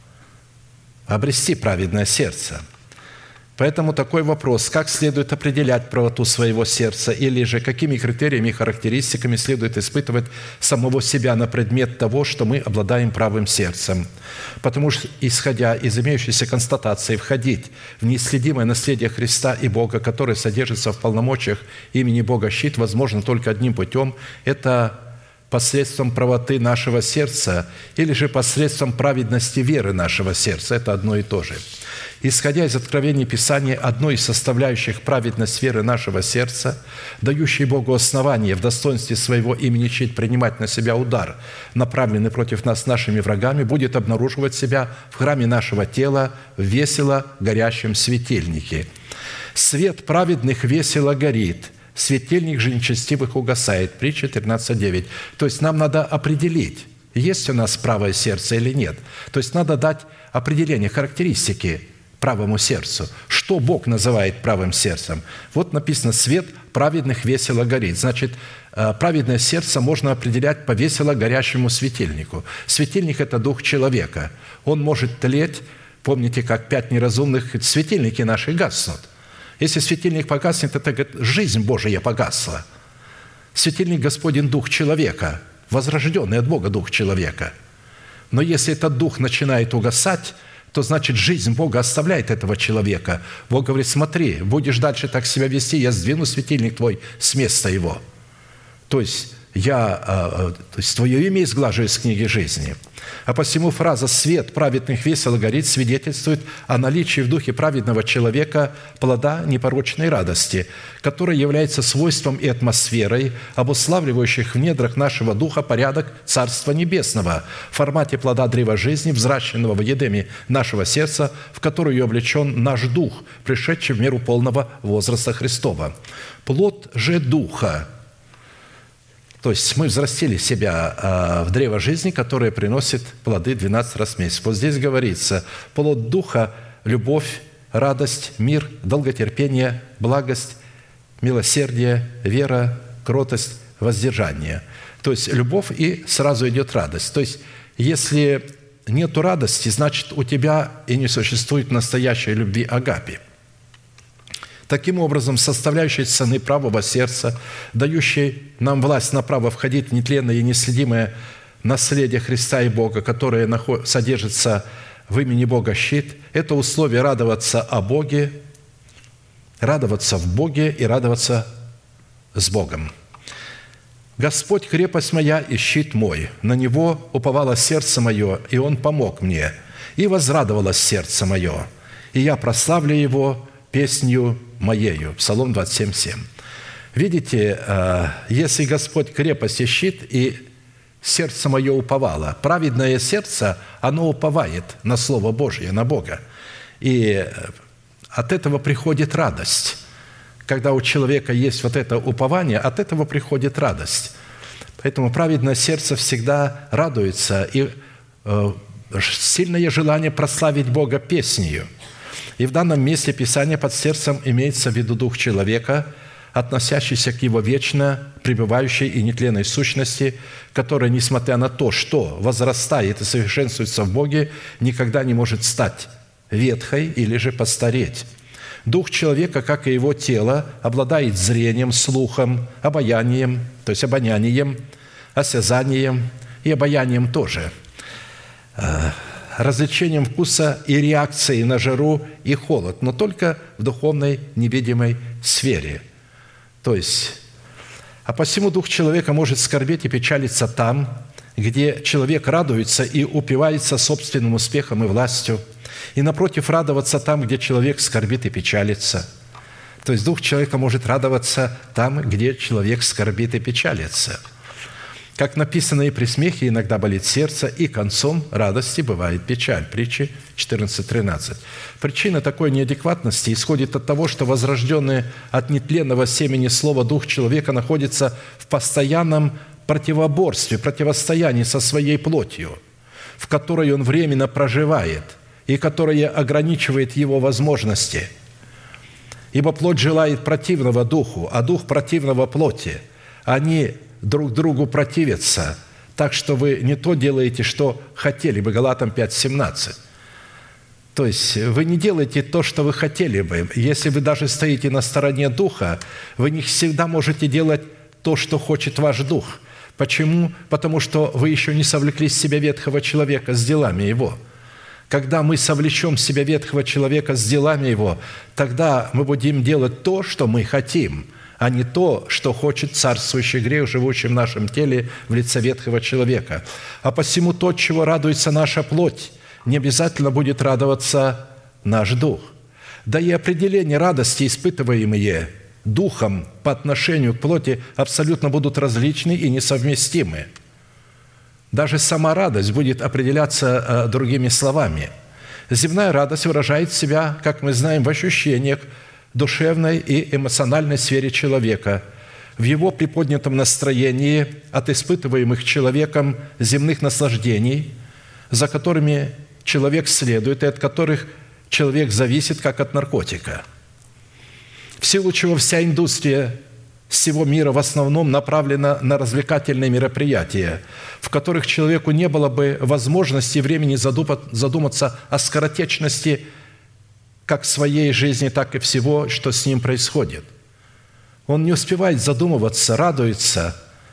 обрести праведное сердце? Поэтому такой вопрос: как следует определять правоту своего сердца, или же какими критериями и характеристиками следует испытывать самого себя на предмет того, что мы обладаем правым сердцем? Потому что, исходя из имеющейся констатации, входить в неисследимое наследие Христа и Бога, которое содержится в полномочиях имени Бога щит, возможно только одним путем – это посредством правоты нашего сердца или же посредством праведности веры нашего сердца. Это одно и то же. Исходя из откровений Писания, одной из составляющих праведность веры нашего сердца, дающей Богу основание в достоинстве своего имени щит принимать на себя удар, направленный против нас нашими врагами, будет обнаруживать себя в храме нашего тела в весело горящем светильнике. «Свет праведных весело горит, светильник же нечестивых угасает». Притча тринадцать девять. То есть нам надо определить, есть у нас правое сердце или нет. То есть надо дать определение, характеристики правому сердцу. Что Бог называет правым сердцем? Вот написано: «Свет праведных весело горит». Значит, праведное сердце можно определять по весело горящему светильнику. Светильник – это дух человека. Он может тлеть. Помните, как пять неразумных светильники наши гаснут. Если светильник погаснет, это говорит, жизнь Божия погасла. Светильник Господень – дух человека, возрожденный от Бога дух человека. Но если этот дух начинает угасать, то значит жизнь Бога оставляет этого человека. Бог говорит: смотри, будешь дальше так себя вести, я сдвину светильник твой с места его. То есть я то есть твое имя изглажу из книги жизни. А посему фраза «свет праведных весело горит» свидетельствует о наличии в духе праведного человека плода непорочной радости, которая является свойством и атмосферой, обуславливающих в недрах нашего духа порядок Царства Небесного в формате плода древа жизни, взращенного в едеме нашего сердца, в которую облечен наш дух, пришедший в меру полного возраста Христова. Плод же духа. То есть мы взрастили себя в древо жизни, которое приносит плоды двенадцать раз в месяц. Вот здесь говорится: плод духа – любовь, радость, мир, долготерпение, благость, милосердие, вера, кротость, воздержание. То есть любовь, и сразу идет радость. То есть если нету радости, значит у тебя и не существует настоящей любви агапи. Таким образом, составляющей цены правого сердца, дающей нам власть на право входить в нетленное и неследимое наследие Христа и Бога, которое содержится в имени Бога щит, это условие радоваться о Боге, радоваться в Боге и радоваться с Богом. «Господь – крепость моя и щит мой, на Него уповало сердце мое, и Он помог мне, и возрадовалось сердце мое, и я прославлю Его песнью моею». Псалом двадцать семь, семь. Видите, если Господь крепость и щит, и сердце мое уповало, праведное сердце, оно уповает на Слово Божье, на Бога. И от этого приходит радость. Когда у человека есть вот это упование, от этого приходит радость. Поэтому праведное сердце всегда радуется, и сильное желание прославить Бога песнею. И в данном месте Писания под сердцем имеется в виду дух человека, относящийся к его вечно пребывающей и нетленной сущности, которая, несмотря на то, что возрастает и совершенствуется в Боге, никогда не может стать ветхой или же постареть. Дух человека, как и его тело, обладает зрением, слухом, обаянием, то есть обонянием, осязанием и обаянием тоже, развлечением вкуса и реакцией на жару и холод, но только в духовной невидимой сфере. То есть, а посему дух человека может скорбеть и печалиться там, где человек радуется и упивается собственным успехом и властью, и, напротив, радоваться там, где человек скорбит и печалится. То есть дух человека может радоваться там, где человек скорбит и печалится. Как написано, и при смехе иногда болит сердце, и концом радости бывает печаль. Притчи четырнадцать тринадцать. Причина такой неадекватности исходит от того, что возрожденный от нетленного семени слова дух человека находится в постоянном противоборстве, противостоянии со своей плотью, в которой он временно проживает и которая ограничивает его возможности. Ибо плоть желает противного духу, а дух противного плоти. Они друг другу противятся, так что вы не то делаете, что хотели бы. Галатам пять семнадцать. То есть вы не делаете то, что вы хотели бы. Если вы даже стоите на стороне духа, вы не всегда можете делать то, что хочет ваш дух. Почему? Потому что вы еще не совлекли с себя ветхого человека с делами его. Когда мы совлечем с себя ветхого человека с делами его, тогда мы будем делать то, что мы хотим, а не то, что хочет царствующий грех, живущий в нашем теле в лице ветхого человека. А посему то, чего радуется наша плоть, не обязательно будет радоваться наш дух. Да и определение радости, испытываемые духом по отношению к плоти, абсолютно будут различны и несовместимы. Даже сама радость будет определяться э, другими словами. Земная радость выражает себя, как мы знаем, в ощущениях, душевной и эмоциональной сфере человека, в его приподнятом настроении от испытываемых человеком земных наслаждений, за которыми человек следует и от которых человек зависит, как от наркотика. В силу чего вся индустрия всего мира в основном направлена на развлекательные мероприятия, в которых человеку не было бы возможности и времени задуматься о скоротечности как своей жизни, так и всего, что с ним происходит. Он не успевает задумываться, радуется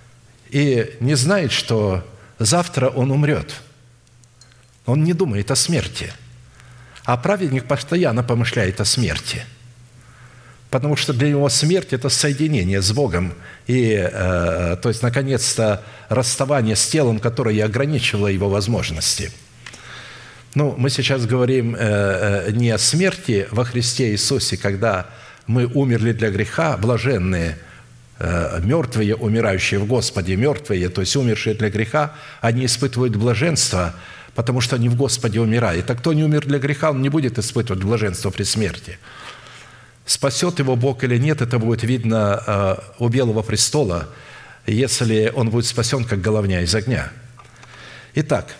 и не знает, что завтра он умрет. Он не думает о смерти. А праведник постоянно помышляет о смерти, потому что для него смерть – это соединение с Богом и, э, то есть, наконец-то, расставание с телом, которое ограничивало его возможности. Ну, мы сейчас говорим э, не о смерти во Христе Иисусе, когда мы умерли для греха, блаженные, э, мертвые, умирающие в Господе, мертвые, то есть умершие для греха, они испытывают блаженство, потому что они в Господе умирают. А кто не умер для греха, он не будет испытывать блаженство при смерти. Спасет его Бог или нет, это будет видно э, у Белого престола, если он будет спасен, как головня из огня. Итак,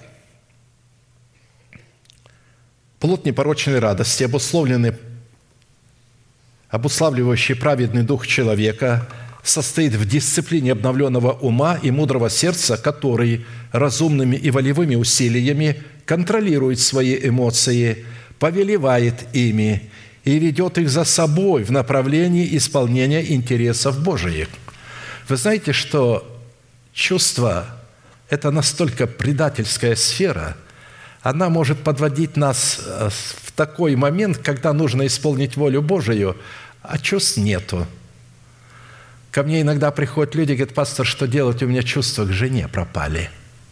плод непорочной радости, обусловленный, обуславливающий праведный дух человека, состоит в дисциплине обновленного ума и мудрого сердца, который разумными и волевыми усилиями контролирует свои эмоции, повелевает ими и ведет их за собой в направлении исполнения интересов Божиих. Вы знаете, что чувство – это настолько предательская сфера, она может подводить нас в такой момент, когда нужно исполнить волю Божию, а чувств нету. Ко мне иногда приходят люди и говорят: пастор, что делать, у меня чувства к жене пропали.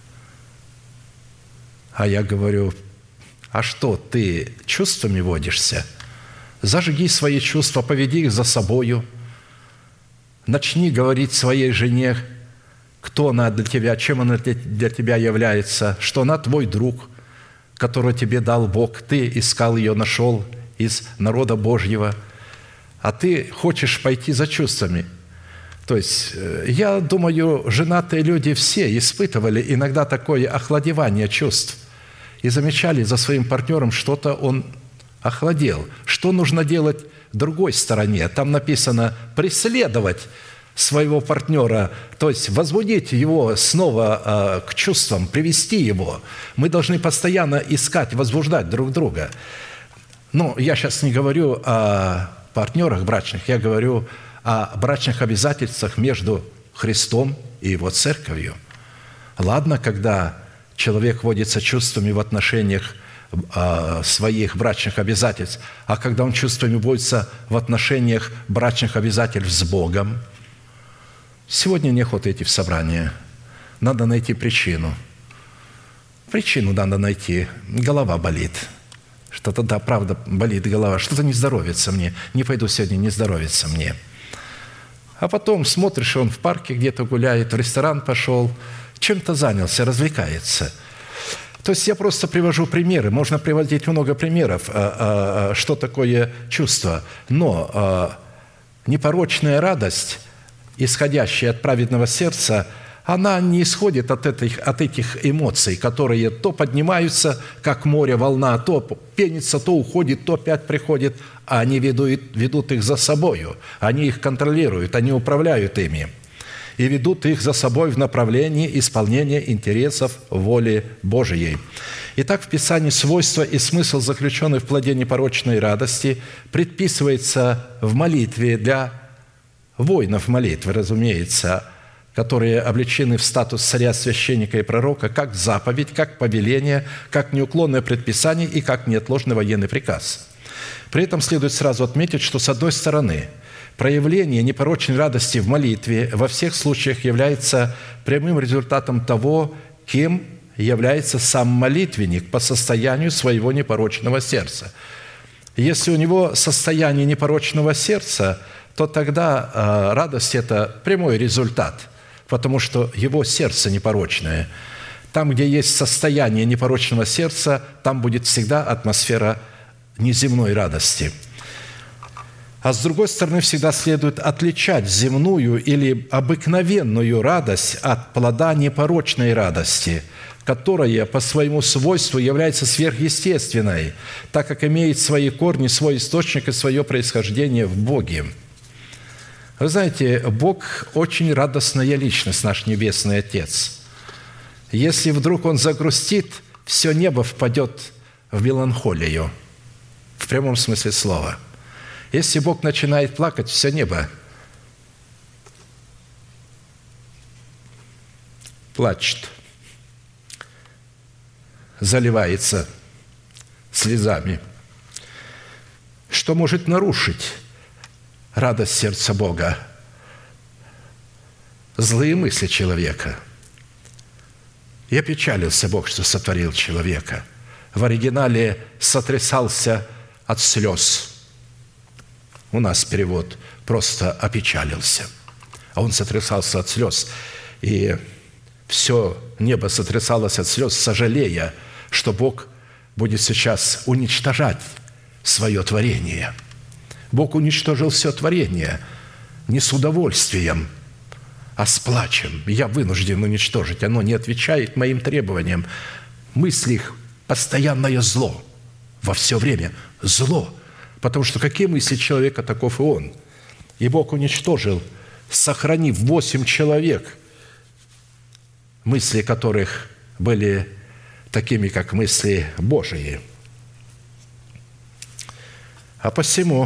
А я говорю: а что, ты чувствами водишься? Зажги свои чувства, поведи их за собою. Начни говорить своей жене, кто она для тебя, чем она для тебя является, что она твой друг, которого тебе дал Бог. Ты искал ее, нашел из народа Божьего, а ты хочешь пойти за чувствами. То есть, я думаю, женатые люди все испытывали иногда такое охладевание чувств и замечали за своим партнером, что-то он охладел. Что нужно делать другой стороне? Там написано преследовать своего партнера, то есть возбудить его снова э, к чувствам, привести его. Мы должны постоянно искать, возбуждать друг друга. Ну, я сейчас не говорю о партнерах брачных, я говорю о брачных обязательствах между Христом и Его Церковью. Ладно, когда человек водится чувствами в отношениях своих брачных обязательств, а когда он чувствами водится в отношениях брачных обязательств с Богом. Сегодня неохота идти в собрание. Надо найти причину. Причину надо найти. Голова болит. Что-то, да, правда, болит голова, что-то не здоровится мне, не пойду сегодня, не здоровится мне. А потом смотришь, он в парке где-то гуляет, в ресторан пошел, чем-то занялся, развлекается. То есть я просто привожу примеры, можно приводить много примеров, что такое чувство. Но непорочная радость, исходящая от праведного сердца, она не исходит от этих, от этих эмоций, которые то поднимаются, как море, волна, то пенится, то уходит, то опять приходит, а они ведут, ведут их за собою, они их контролируют, они управляют ими и ведут их за собой в направлении исполнения интересов воли Божией. Итак, в Писании свойства и смысл, заключенный в плоде непорочной радости, предписывается в молитве для воинов молитвы, разумеется, которые облечены в статус царя, священника и пророка, как заповедь, как повеление, как неуклонное предписание и как неотложный военный приказ. При этом следует сразу отметить, что, с одной стороны, проявление непорочной радости в молитве во всех случаях является прямым результатом того, кем является сам молитвенник по состоянию своего непорочного сердца. Если у него состояние непорочного сердца, то тогда радость – это прямой результат, потому что его сердце непорочное. Там, где есть состояние непорочного сердца, там будет всегда атмосфера неземной радости. А с другой стороны, всегда следует отличать земную или обыкновенную радость от плода непорочной радости, которая по своему свойству является сверхъестественной, так как имеет свои корни, свой источник и свое происхождение в Боге. Вы знаете, Бог очень радостная личность, наш Небесный Отец. Если вдруг Он загрустит, все небо впадет в меланхолию, в прямом смысле слова. Если Бог начинает плакать, все небо плачет, заливается слезами. Что может нарушить радость сердца Бога? Злые мысли человека. «И опечалился Бог, что сотворил человека». В оригинале «сотрясался от слез». У нас перевод просто «опечалился». А он сотрясался от слез. И все небо сотрясалось от слез, сожалея, что Бог будет сейчас уничтожать свое творение. Бог уничтожил все творение не с удовольствием, а с плачем. Я вынужден уничтожить. Оно не отвечает моим требованиям. Мысли их – постоянное зло. Во все время зло. Потому что какие мысли человека, таков и он. И Бог уничтожил, сохранив восемь человек, мысли которых были такими, как мысли Божии. А посему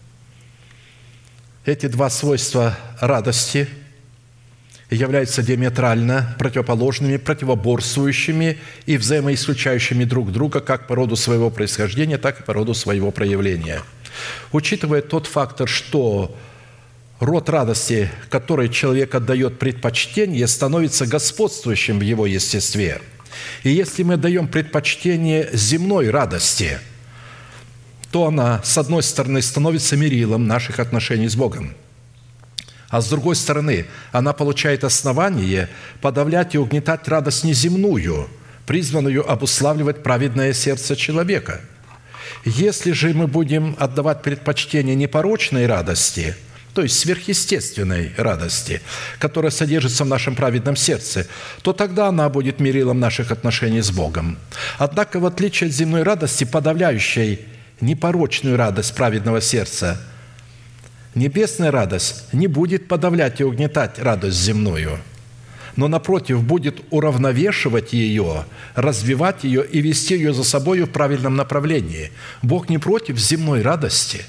эти два свойства радости являются диаметрально противоположными, противоборствующими и взаимоисключающими друг друга как по роду своего происхождения, так и по роду своего проявления. Учитывая тот фактор, что род радости, который человек отдает предпочтение, становится господствующим в его естестве. И если мы даем предпочтение земной радости, то она, с одной стороны, становится мерилом наших отношений с Богом, а с другой стороны, она получает основание подавлять и угнетать радость неземную, призванную обуславливать праведное сердце человека. Если же мы будем отдавать предпочтение непорочной радости, то есть сверхъестественной радости, которая содержится в нашем праведном сердце, то тогда она будет мерилом наших отношений с Богом. Однако, в отличие от земной радости, подавляющей непорочную радость праведного сердца, небесная радость не будет подавлять и угнетать радость земную, но, напротив, будет уравновешивать ее, развивать ее и вести ее за собой в правильном направлении. Бог не против земной радости,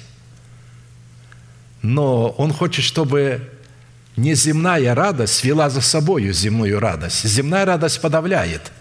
но Он хочет, чтобы неземная радость вела за собой земную радость. Земная радость подавляет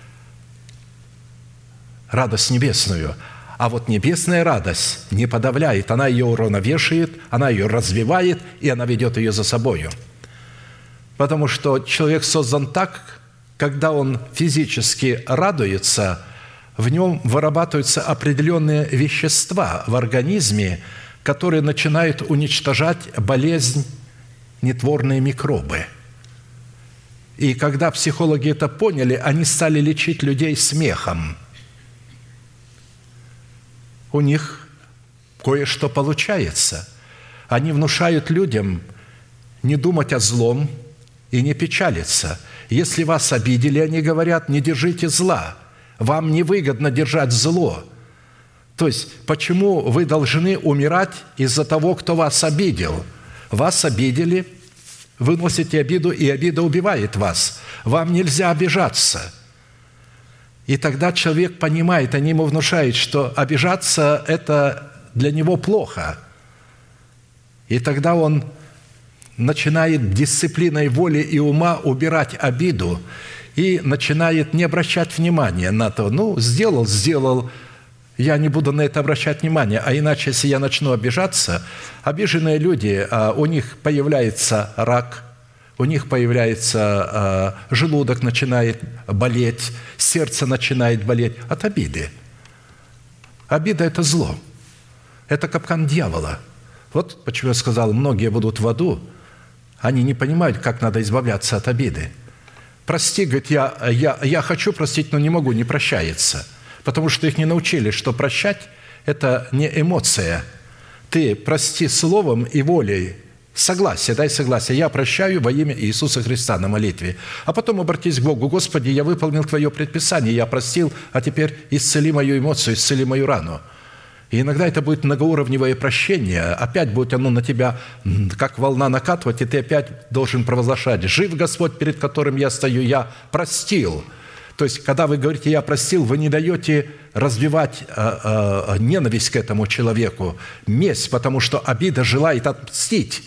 радость небесную, а вот небесная радость не подавляет, она ее уравновешивает, она ее развивает, и она ведет ее за собою. Потому что человек создан так, когда он физически радуется, в нем вырабатываются определенные вещества в организме, которые начинают уничтожать болезнь, нетворные микробы. И когда психологи это поняли, они стали лечить людей смехом. У них кое-что получается. Они внушают людям не думать о злом и не печалиться. Если вас обидели, они говорят, не держите зла. Вам невыгодно держать зло. То есть, почему вы должны умирать из-за того, кто вас обидел? Вас обидели, выносите обиду, и обида убивает вас. Вам нельзя обижаться. И тогда человек понимает, они ему внушают, что обижаться – это для него плохо. И тогда он начинает дисциплиной воли и ума убирать обиду и начинает не обращать внимания на то, ну, сделал, сделал, я не буду на это обращать внимание, а иначе, если я начну обижаться, обиженные люди, у них появляется рак, у них появляется желудок начинает болеть, сердце начинает болеть от обиды. Обида – это зло, это капкан дьявола. Вот почему я сказал, многие будут в аду, они не понимают, как надо избавляться от обиды. Прости, говорит, я, я, я хочу простить, но не могу, не прощается. Потому что их не научили, что прощать – это не эмоция. Ты прости словом и волей. Согласие, дай согласие. Я прощаю во имя Иисуса Христа на молитве. А потом обратись к Богу. Господи, я выполнил Твое предписание, я простил, а теперь исцели мою эмоцию, исцели мою рану. И иногда это будет многоуровневое прощение. Опять будет оно на тебя, как волна, накатывать, и ты опять должен провозглашать: «Жив Господь, перед которым я стою, я простил». То есть, когда вы говорите «я простил», вы не даете развивать э, э, ненависть к этому человеку, месть, потому что обида желает отмстить,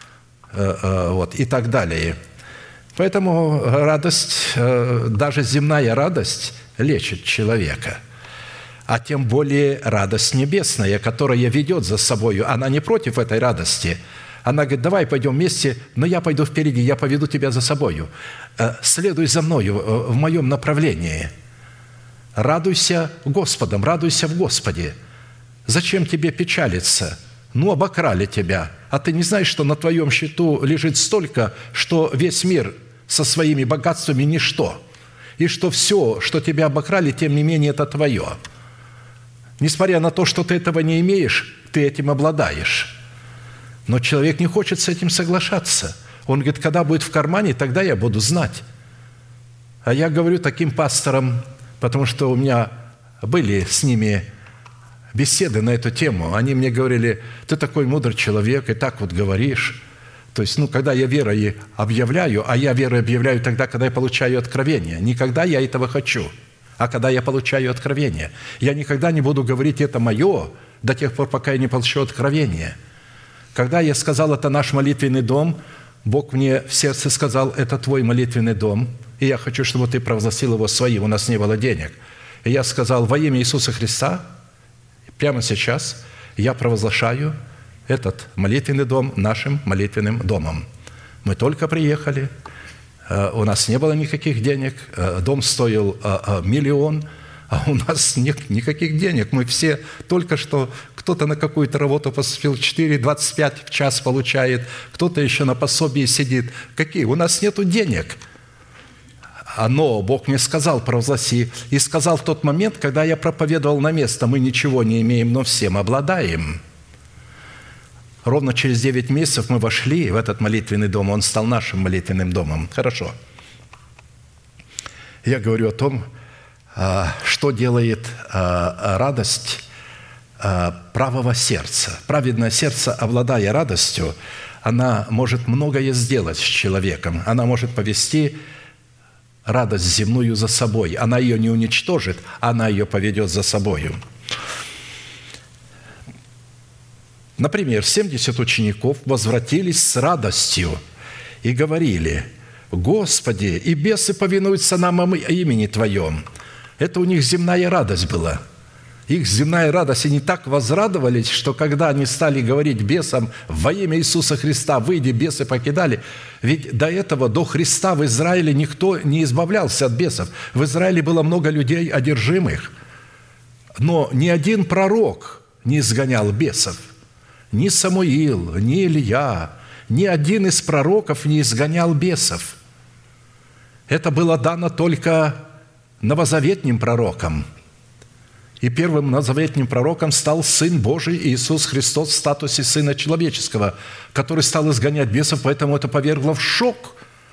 э, э, вот, и так далее. Поэтому радость, э, даже земная радость лечит человека. А тем более радость небесная, которая ведет за собою, она не против этой радости. Она говорит: давай пойдем вместе, но я пойду впереди, я поведу тебя за собою. Следуй за мною в моем направлении. Радуйся Господом, радуйся в Господе. Зачем тебе печалиться? Ну, обокрали тебя. А ты не знаешь, что на твоем счету лежит столько, что весь мир со своими богатствами – ничто. И что все, что тебя обокрали, тем не менее, это твое. Несмотря на то, что ты этого не имеешь, ты этим обладаешь. Но человек не хочет с этим соглашаться. Он говорит: когда будет в кармане, тогда я буду знать. А я говорю таким пасторам, потому что у меня были с ними беседы на эту тему. Они мне говорили: ты такой мудрый человек, и так вот говоришь. То есть, ну, когда я верой объявляю, а я верой объявляю тогда, когда я получаю откровение. Не когда я этого хочу, а когда я получаю откровение. Я никогда не буду говорить «это мое» до тех пор, пока я не получу откровение. Когда я сказал «это наш молитвенный дом», Бог мне в сердце сказал: «это твой молитвенный дом, и я хочу, чтобы ты провозгласил его своим, у нас не было денег». И я сказал: во имя Иисуса Христа, прямо сейчас я провозглашаю этот молитвенный дом нашим молитвенным домом. Мы только приехали, у нас не было никаких денег, дом стоил миллион, а у нас нет никаких денег. Мы все только что, кто-то на какую-то работу поступил, четыре двадцать пять в час получает, кто-то еще на пособии сидит. Какие? У нас нету денег. Но Бог мне сказал: провозгласи. И сказал в тот момент, когда я проповедовал на место: мы ничего не имеем, но всем обладаем. Ровно через девять месяцев мы вошли в этот молитвенный дом, он стал нашим молитвенным домом. Хорошо. Я говорю о том, что делает радость правого сердца. Праведное сердце, обладая радостью, она может многое сделать с человеком. Она может повести радость земную за собой. Она ее не уничтожит, она ее поведет за собою. Например, семьдесят учеников возвратились с радостью и говорили: «Господи, и бесы повинуются нам о имени Твоем». Это у них земная радость была. Их земная радость, они так возрадовались, что когда они стали говорить бесам: «Во имя Иисуса Христа выйди», бесы покидали. Ведь до этого, до Христа в Израиле никто не избавлялся от бесов. В Израиле было много людей одержимых. Но ни один пророк не изгонял бесов. Ни Самуил, ни Илия, ни один из пророков не изгонял бесов. Это было дано только новозаветним пророкам. И первым новозаветним пророком стал Сын Божий Иисус Христос в статусе Сына Человеческого, который стал изгонять бесов, поэтому это повергло в шок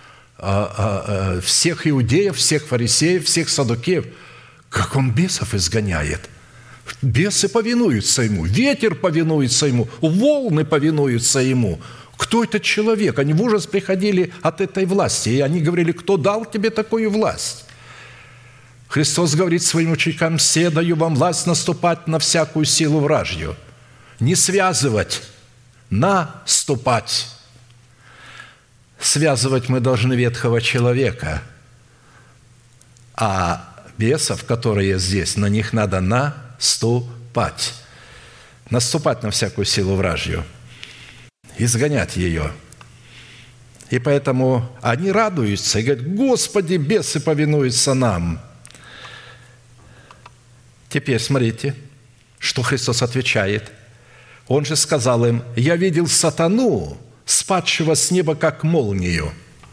всех иудеев, всех фарисеев, всех саддукеев. Как он бесов изгоняет? Бесы повинуются ему, ветер повинуется ему, волны повинуются ему. Кто этот человек? Они в ужас приходили от этой власти, и они говорили: кто дал тебе такую власть? Христос говорит своим ученикам: «Се даю вам власть наступать на всякую силу вражью». Не связывать, наступать. Связывать мы должны ветхого человека, а бесов, которые здесь, на них надо наступать. Наступать на всякую силу вражью, изгонять ее. И поэтому они радуются и говорят: «Господи, бесы повинуются нам». Теперь смотрите, что Христос отвечает. Он же сказал им: «Я видел сатану, спадшего с неба, как молнию».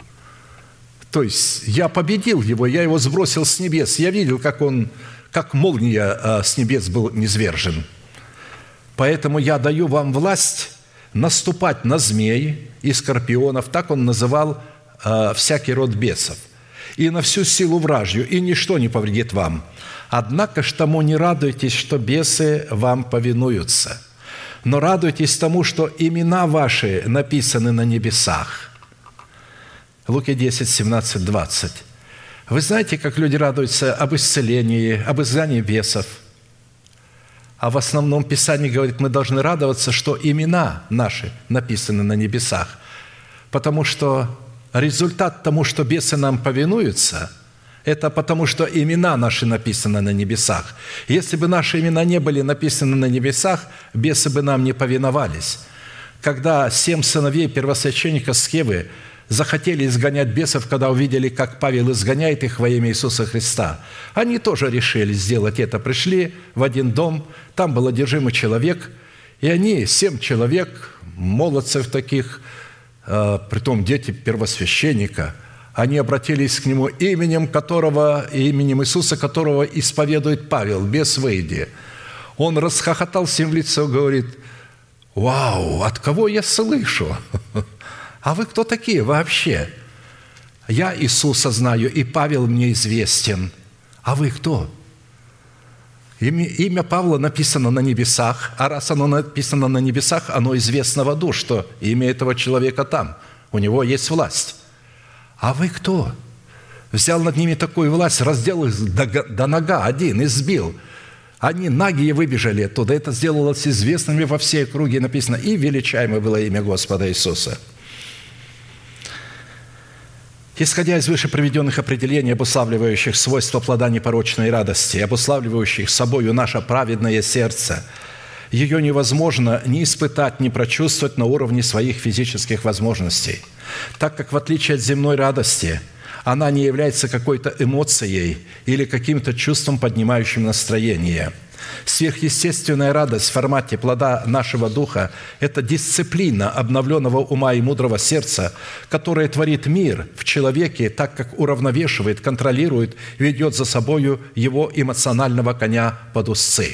То есть я победил его, я его сбросил с небес. Я видел, как он, как молния с небес был низвержен. Поэтому я даю вам власть наступать на змей и скорпионов, так он называл всякий род бесов, и на всю силу вражью, и ничто не повредит вам. Однако ж тому не радуйтесь, что бесы вам повинуются, но радуйтесь тому, что имена ваши написаны на небесах». Луки десять, семнадцать, двадцать. Вы знаете, как люди радуются об исцелении, об изгнании бесов? А в основном Писание говорит, мы должны радоваться, что имена наши написаны на небесах, потому что результат тому, что бесы нам повинуются, это потому, что имена наши написаны на небесах. Если бы наши имена не были написаны на небесах, бесы бы нам не повиновались. Когда семь сыновей первосвященника Схевы захотели изгонять бесов, когда увидели, как Павел изгоняет их во имя Иисуса Христа, они тоже решили сделать это. Пришли в один дом, там был одержимый человек, и они, семь человек, молодцев таких, притом дети первосвященника, они обратились к нему именем которого, именем Иисуса, которого исповедует Павел: «Бес, выйди». Он расхохотался им в лицо, говорит: «Вау, от кого я слышу? А вы кто такие вообще? Я Иисуса знаю, и Павел мне известен. А вы кто?» Имя, имя Павла написано на небесах, а раз оно написано на небесах, оно известно в аду, что имя этого человека там, у него есть власть. «А вы кто?» Взял над ними такую власть, раздел их до, до нога один, избил. Они нагие выбежали оттуда. Это сделалось известными во всей округе, написано: «И величаемое было имя Господа Иисуса». Исходя из выше приведенных определений, обуславливающих свойства плода непорочной радости, обуславливающих собою наше праведное сердце, ее невозможно ни испытать, ни прочувствовать на уровне своих физических возможностей, так как, в отличие от земной радости, она не является какой-то эмоцией или каким-то чувством, поднимающим настроение. Сверхъестественная радость в формате плода нашего духа – это дисциплина обновленного ума и мудрого сердца, которая творит мир в человеке, так как уравновешивает, контролирует, ведет за собою его эмоционального коня под узцы.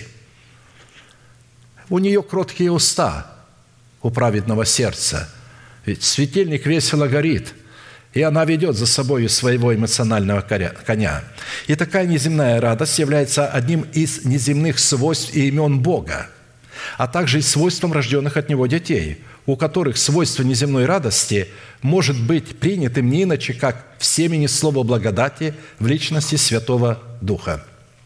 У нее кроткие уста, у праведного сердца. Ведь светильник весело горит, и она ведет за собой своего эмоционального коня. И такая неземная радость является одним из неземных свойств и имен Бога, а также и свойством рожденных от Него детей, у которых свойство неземной радости может быть принятым не иначе, как в семени слова благодати в личности Святого Духа.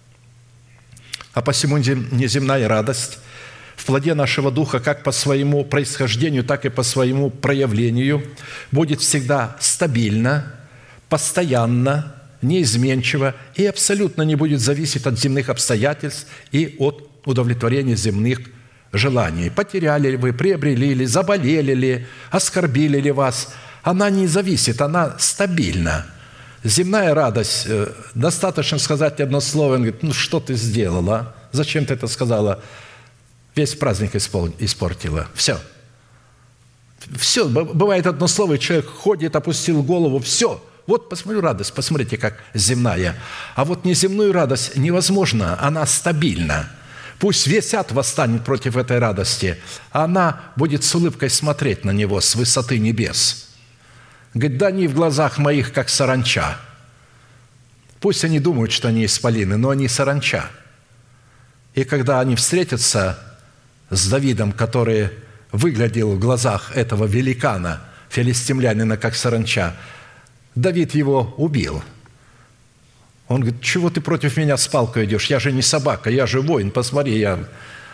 А посему неземная радость в плоде нашего духа как по своему происхождению, так и по своему проявлению будет всегда стабильно, постоянно, неизменчиво и абсолютно не будет зависеть от земных обстоятельств и от удовлетворения земных желаний. Потеряли ли вы, приобрели ли, заболели ли, оскорбили ли вас. Она не зависит, она стабильна. Земная радость, достаточно сказать одно слово, он говорит: «Ну что ты сделала?» зачем ты это сказала? Весь праздник испортила. Все. Все. Бывает одно слово, и человек ходит, опустил голову. Все. Вот посмотрю радость, посмотрите, как земная. А вот неземную радость невозможно, она стабильна. Пусть весь ад восстанет против этой радости, а она будет с улыбкой смотреть на него с высоты небес. Говорит, да они в глазах моих, как саранча. Пусть они думают, что они исполины, но они саранча. И когда они встретятся с Давидом, который выглядел в глазах этого великана, филистимлянина, как саранча, Давид его убил. Он говорит, чего ты против меня с палкой идешь? Я же не собака, я же воин, посмотри, я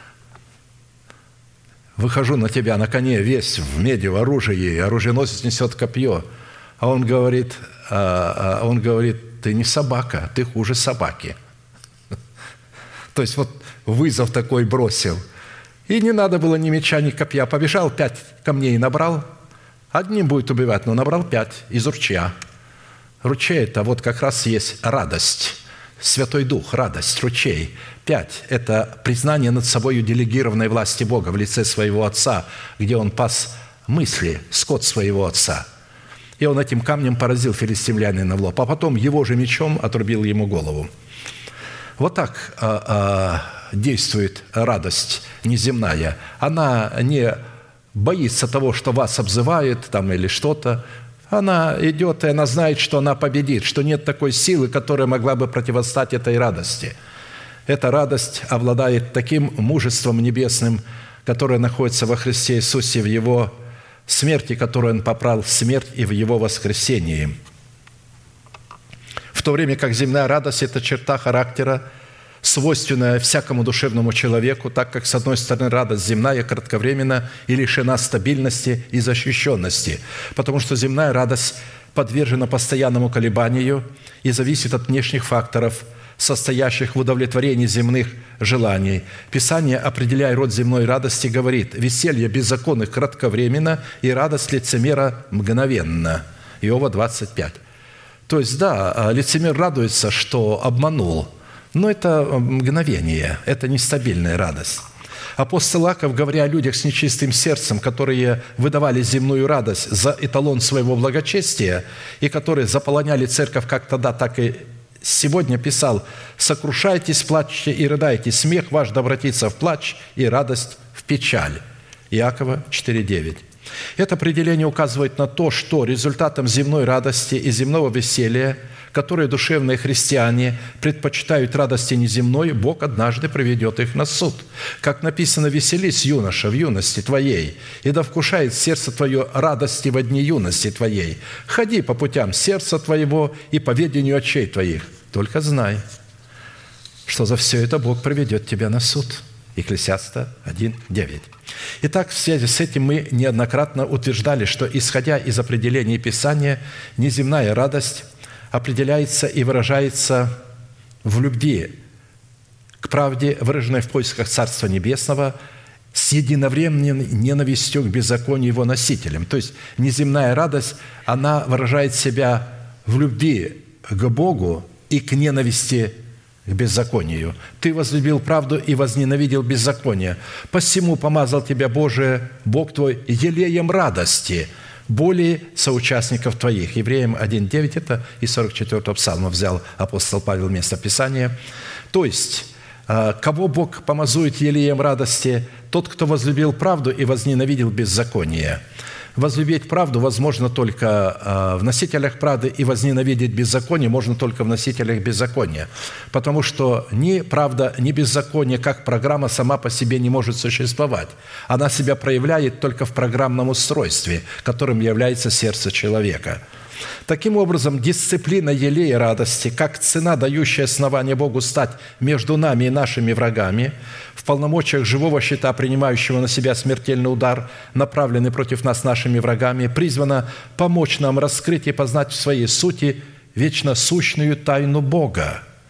выхожу на тебя на коне весь в меди, в оружии, и оруженосец несет копье. А он говорит, а он говорит, ты не собака, ты хуже собаки. То есть вот вызов такой бросил. И не надо было ни меча, ни копья. Побежал, пять камней набрал. Одним будет убивать, но набрал пять из ручья. Ручей – это вот как раз есть радость. Святой Дух, радость, ручей. Пять – это признание над собой делегированной власти Бога в лице своего Отца, где Он пас мысли, скот своего Отца. И он этим камнем поразил филистимлянина в лоб, а потом его же мечом отрубил ему голову. Вот так а, а, действует радость неземная. Она не боится того, что вас обзывают там, или что-то. Она идет, и она знает, что она победит, что нет такой силы, которая могла бы противостать этой радости. Эта радость обладает таким мужеством небесным, которое находится во Христе Иисусе, в Его смерти, которую Он попрал в смерть, и в Его воскресении. В то время как земная радость – это черта характера, свойственная всякому душевному человеку, так как, с одной стороны, радость земная кратковременна и лишена стабильности и защищенности, потому что земная радость подвержена постоянному колебанию и зависит от внешних факторов, состоящих в удовлетворении земных желаний. Писание, определяя род земной радости, говорит: «Веселье беззаконных кратковременно, и радость лицемера мгновенно». Иова двадцать пять. То есть, да, лицемер радуется, что обманул, но это мгновение, это нестабильная радость. Апостол Иаков, говоря о людях с нечистым сердцем, которые выдавали земную радость за эталон своего благочестия и которые заполоняли церковь как тогда, так и сегодня, писал: «Сокрушайтесь, плачьте и рыдайте, смех ваш да обратится в плач и радость в печаль». Иакова четыре девять. Это определение указывает на то, что результатом земной радости и земного веселья, которые душевные христиане предпочитают радости неземной, Бог однажды приведет их на суд. Как написано: «Веселись, юноша, в юности твоей, и да вкушает сердце твое радости во дни юности твоей. Ходи по путям сердца твоего и по ведению очей твоих. Только знай, что за все это Бог приведет тебя на суд». Екклесиаста один девять. Итак, в связи с этим мы неоднократно утверждали, что, исходя из определений Писания, неземная радость определяется и выражается в любви к правде, выраженной в поисках Царства Небесного, с единовременной ненавистью к беззаконию его носителям. То есть неземная радость, она выражает себя в любви к Богу и к ненависти к беззаконию. «Ты возлюбил правду и возненавидел беззаконие. Посему помазал тебя, Боже, Бог твой, елеем радости, более соучастников твоих». Евреям один девять, это из сорок четвёртого псалма взял апостол Павел место Писания. То есть, кого Бог помазует елеем радости? Тот, кто возлюбил правду и возненавидел беззаконие. Возлюбить правду возможно только в носителях правды, и возненавидеть беззаконие можно только в носителях беззакония. Потому что ни правда, ни беззаконие, как программа, сама по себе не может существовать. Она себя проявляет только в программном устройстве, которым является сердце человека. Таким образом, дисциплина елея радости, как цена, дающая основание Богу стать между нами и нашими врагами, в полномочиях живого щита, принимающего на себя смертельный удар, направленный против нас нашими врагами, призвана помочь нам раскрыть и познать в своей сути вечно сущную тайну Бога.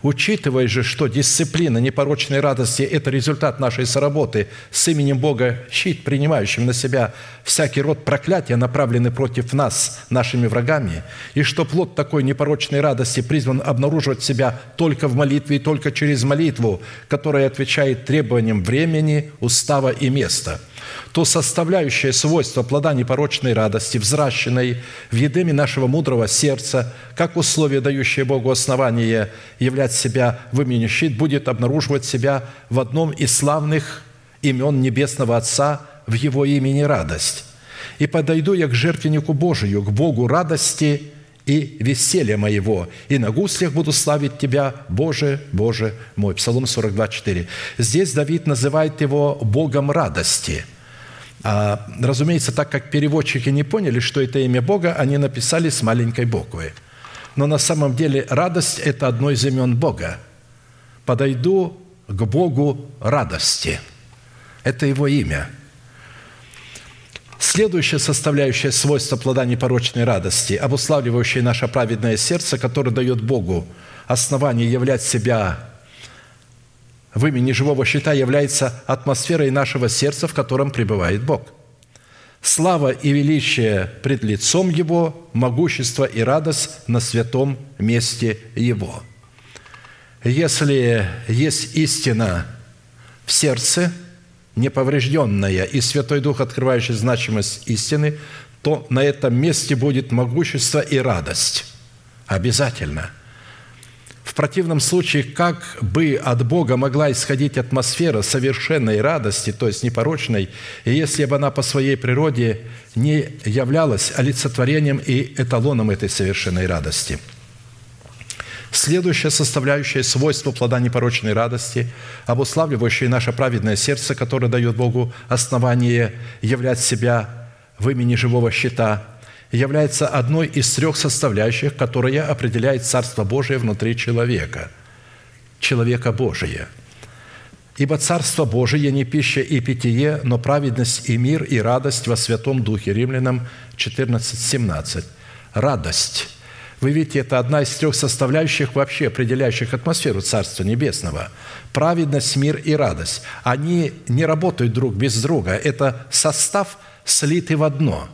Учитывая же, что дисциплина непорочной радости – это результат нашей соработы с именем Бога, щит, принимающим на себя всякий род проклятия, направленный против нас, нашими врагами, и что плод такой непорочной радости призван обнаруживать себя только в молитве и только через молитву, которая отвечает требованиям времени, устава и места, то составляющее свойство плода непорочной радости, взращенной в едеме нашего мудрого сердца, как условие, дающее Богу основание являть себя в имени щит, будет обнаруживать себя в одном из славных имен Небесного Отца в Его имени радость. «И подойду я к жертвеннику Божию, к Богу радости и веселья моего, и на гуслях буду славить Тебя, Боже, Боже мой». Псалом сорок два, четыре. Здесь Давид называет Его Богом радости. А, разумеется, так как переводчики не поняли, что это имя Бога, они написали с маленькой буквы. Но на самом деле радость – это одно из имен Бога. «Подойду к Богу радости». Это Его имя. Следующая составляющая свойства плода непорочной радости, обуславливающее наше праведное сердце, которое дает Богу основание являть себя в имени живого щита, является атмосферой нашего сердца, в котором пребывает Бог. Слава и величие пред лицом Его, могущество и радость на святом месте Его. Если есть истина в сердце, неповрежденная, и Святой Дух, открывающий значимость истины, то на этом месте будет могущество и радость. Обязательно. В противном случае, как бы от Бога могла исходить атмосфера совершенной радости, то есть непорочной, если бы она по своей природе не являлась олицетворением и эталоном этой совершенной радости? Следующее составляющее свойство плода непорочной радости, обуславливающее наше праведное сердце, которое дает Богу основание являть себя в имени живого щита, является одной из трех составляющих, которая определяет Царство Божие внутри человека, человека Божия. «Ибо Царство Божие не пища и питье, но праведность и мир и радость во Святом Духе». Римлянам четырнадцать, семнадцать. Радость. Вы видите, это одна из трех составляющих, вообще определяющих атмосферу Царства Небесного. Праведность, мир и радость. Они не работают друг без друга. Это состав, слитый в одно.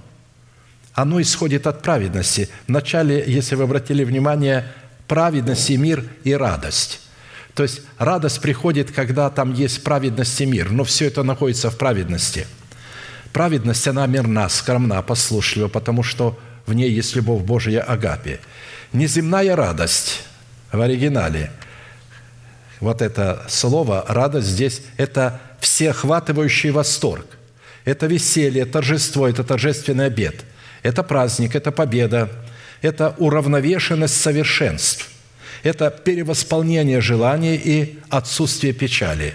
Оно исходит от праведности. Вначале, если вы обратили внимание, праведность и мир и радость. То есть радость приходит, когда там есть праведность и мир, но все это находится в праведности. Праведность, она мирна, скромна, послушлива, потому что в ней есть любовь Божия агапе. Неземная радость в оригинале, вот это слово «радость» здесь – это всеохватывающий восторг. Это веселье, торжество, это торжественный обет. Это праздник, это победа, это уравновешенность совершенств, это перевосполнение желаний и отсутствие печали.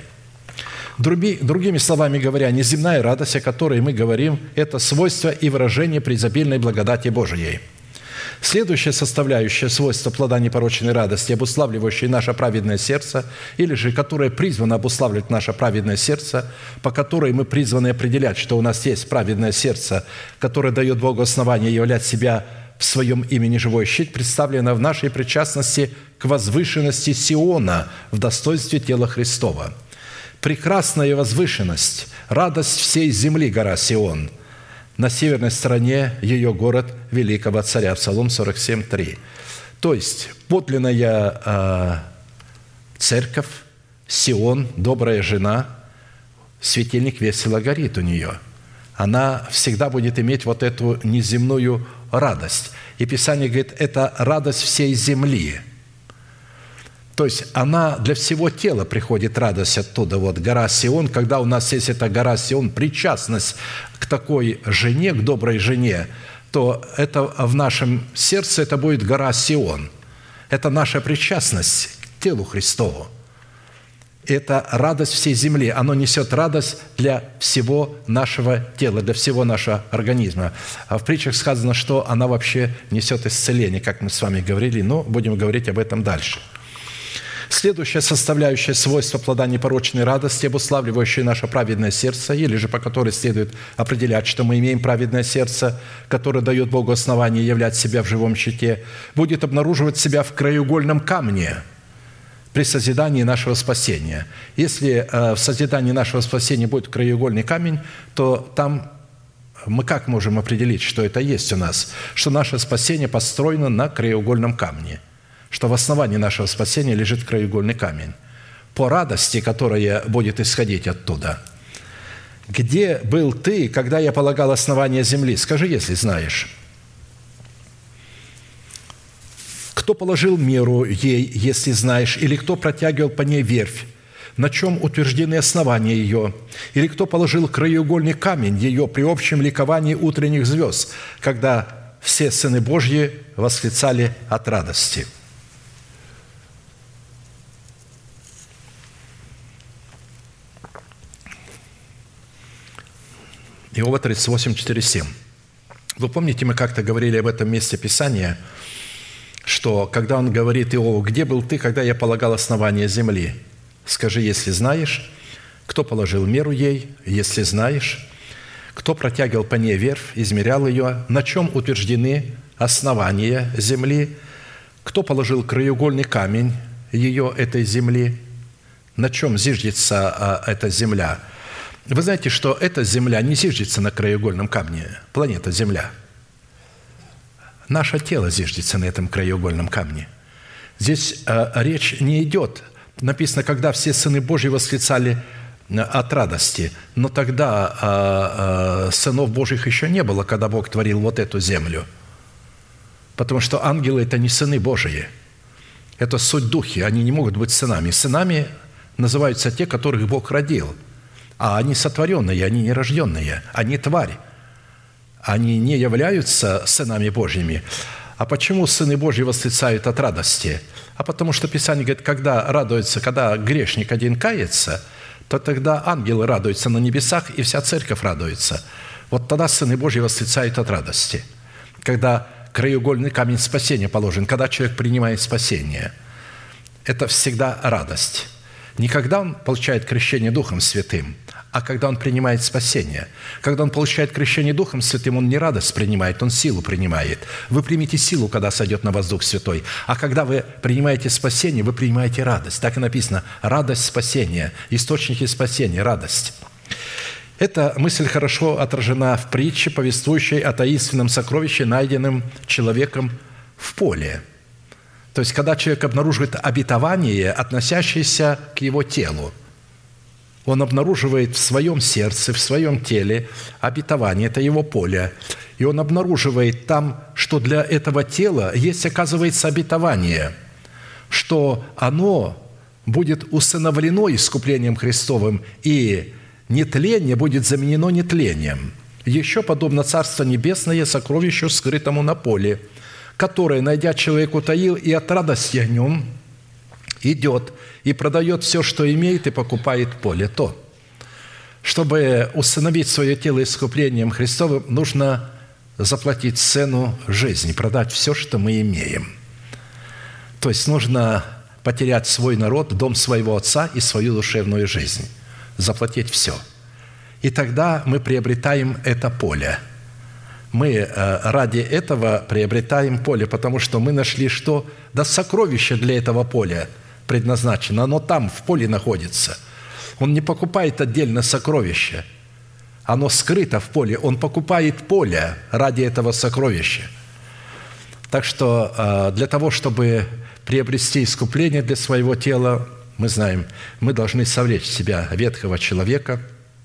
Другими словами говоря, неземная радость, о которой мы говорим, это свойство и выражение преизобильной благодати Божией. Следующее составляющее свойство плода непорочной радости, обуславливающее наше праведное сердце, или же которое призвано обуславливать наше праведное сердце, по которой мы призваны определять, что у нас есть праведное сердце, которое дает Богу основание являть себя в своем имени живой щит, представлено в нашей причастности к возвышенности Сиона в достоинстве тела Христова. Прекрасная возвышенность, радость всей земли гора Сион. На северной стороне ее город великого царя. Псалом сорок семь, три. То есть подлинная э, церковь, Сион, добрая жена, светильник весело горит у нее. Она всегда будет иметь вот эту неземную радость. И Писание говорит, это радость всей земли. То есть она для всего тела приходит радость оттуда. Вот гора Сион, когда у нас есть эта гора Сион, причастность к такой жене, к доброй жене, то это в нашем сердце это будет гора Сион. Это наша причастность к телу Христову. Это радость всей земли. Оно несет радость для всего нашего тела, для всего нашего организма. А в притчах сказано, что она вообще несет исцеление, как мы с вами говорили, но будем говорить об этом дальше. Следующее составляющее свойство плода непорочной радости, обуславливающее наше праведное сердце, или же по которой следует определять, что мы имеем праведное сердце, которое дает Богу основание являть себя в живом щите, будет обнаруживать себя в краеугольном камне, при созидании нашего спасения. Если в созидании нашего спасения будет краеугольный камень, то там мы как можем определить, что это есть у нас? Что наше спасение построено на краеугольном камне, что в основании нашего спасения лежит краеугольный камень. По радости, которая будет исходить оттуда. «Где был ты, когда я полагал основание земли?» Скажи, если знаешь. «Кто положил меру ей, если знаешь, или кто протягивал по ней верфь? На чем утверждены основания ее? Или кто положил краеугольный камень ее при общем ликовании утренних звезд, когда все сыны Божьи восклицали от радости?» Иова тридцать восемь, четыре, семь. Вы помните, мы как-то говорили об этом месте Писания, что когда он говорит Иову: «Где был ты, когда я полагал основание земли? Скажи, если знаешь, кто положил меру ей, если знаешь, кто протягивал по ней верфь, измерял ее, на чем утверждены основания земли, кто положил краеугольный камень ее, этой земли, на чем зиждется а, эта земля». Вы знаете, что эта земля не зиждется на краеугольном камне, планета Земля. Наше тело зиждется на этом краеугольном камне. Здесь э, речь не идет. Написано, когда все сыны Божьи восклицали от радости. Но тогда э, э, сынов Божьих еще не было, когда Бог творил вот эту землю. Потому что ангелы – это не сыны Божьи. Это суть духи, они не могут быть сынами. Сынами называются те, которых Бог родил. А они сотворенные, они нерожденные, они тварь. Они не являются сынами Божьими. А почему сыны Божьи восклицают от радости? А потому что Писание говорит, когда радуется, когда грешник один кается, то тогда ангелы радуются на небесах, и вся церковь радуется. Вот тогда сыны Божьи восклицают от радости. Когда краеугольный камень спасения положен, когда человек принимает спасение. Это всегда радость. Не когда он получает крещение Духом Святым, а когда он принимает спасение. Когда он получает крещение Духом Святым, он не радость принимает, он силу принимает. Вы примете силу, когда сойдет на вас Дух Святой. А когда вы принимаете спасение, вы принимаете радость. Так и написано: радость спасения, источники спасения, радость. Эта мысль хорошо отражена в притче, повествующей о таинственном сокровище, найденном человеком в поле. То есть, когда человек обнаруживает обетование, относящееся к его телу, он обнаруживает в своем сердце, в своем теле обетование, это его поле. И он обнаруживает там, что для этого тела есть, оказывается, обетование, что оно будет усыновлено искуплением Христовым, и нетление будет заменено нетлением. Еще подобно Царство Небесное сокровищу, скрытому на поле, которое, найдя человек, утаил, и от радости о нем идет и продает все, что имеет, и покупает поле то. Чтобы усыновить свое тело искуплением Христовым, нужно заплатить цену жизни, продать все, что мы имеем. То есть нужно потерять свой народ, дом своего отца и свою душевную жизнь, заплатить все. И тогда мы приобретаем это поле. Мы ради этого приобретаем поле, потому что мы нашли, что да сокровище для этого поля предназначено, оно там, в поле находится. Он не покупает отдельно сокровище, оно скрыто в поле, он покупает поле ради этого сокровища. Так что для того, чтобы приобрести искупление для своего тела, мы знаем, мы должны совлечь в себя ветхого человека,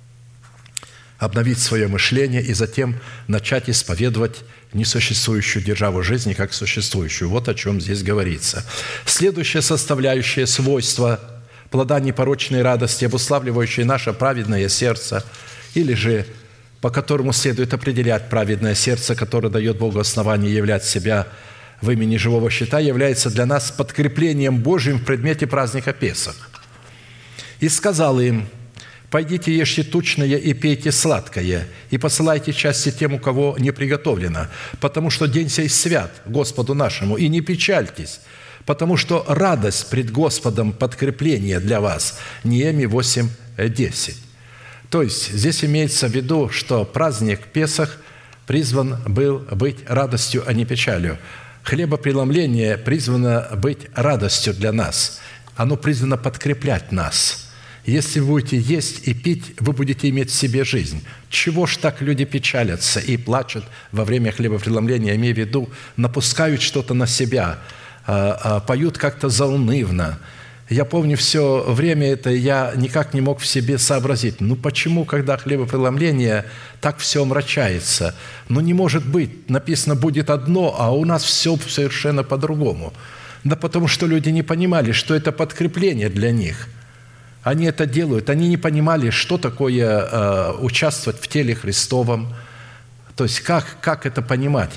обновить свое мышление и затем начать исповедовать несуществующую державу жизни как существующую. Вот о чем здесь говорится. Следующее составляющее свойство плода непорочной радости, обуславливающее наше праведное сердце, или же по которому следует определять праведное сердце, которое дает Богу основание являть себя в имени живого щита, является для нас подкреплением Божьим в предмете праздника Песах. «И сказал им: пойдите, ешьте тучное и пейте сладкое, и посылайте части тем, у кого не приготовлено, потому что день сей свят Господу нашему, и не печальтесь, потому что радость пред Господом подкрепление для вас». Неемия восемь десять. То есть здесь имеется в виду, что праздник Песах призван был быть радостью, а не печалью. Хлебопреломление призвано быть радостью для нас. оно призвано подкреплять нас. Если вы будете есть и пить, вы будете иметь в себе жизнь. Чего ж так люди печалятся и плачут во время хлебопреломления, имея в виду, напускают что-то на себя, поют как-то заунывно. Я помню, все время это я никак не мог в себе сообразить. Ну почему, когда хлебопреломление, так все омрачается? Ну не может быть, написано «будет одно», а у нас все совершенно по-другому. Да потому что люди не понимали, что это подкрепление для них. Они это делают, они не понимали, что такое э, участвовать в теле Христовом, то есть как, как это понимать.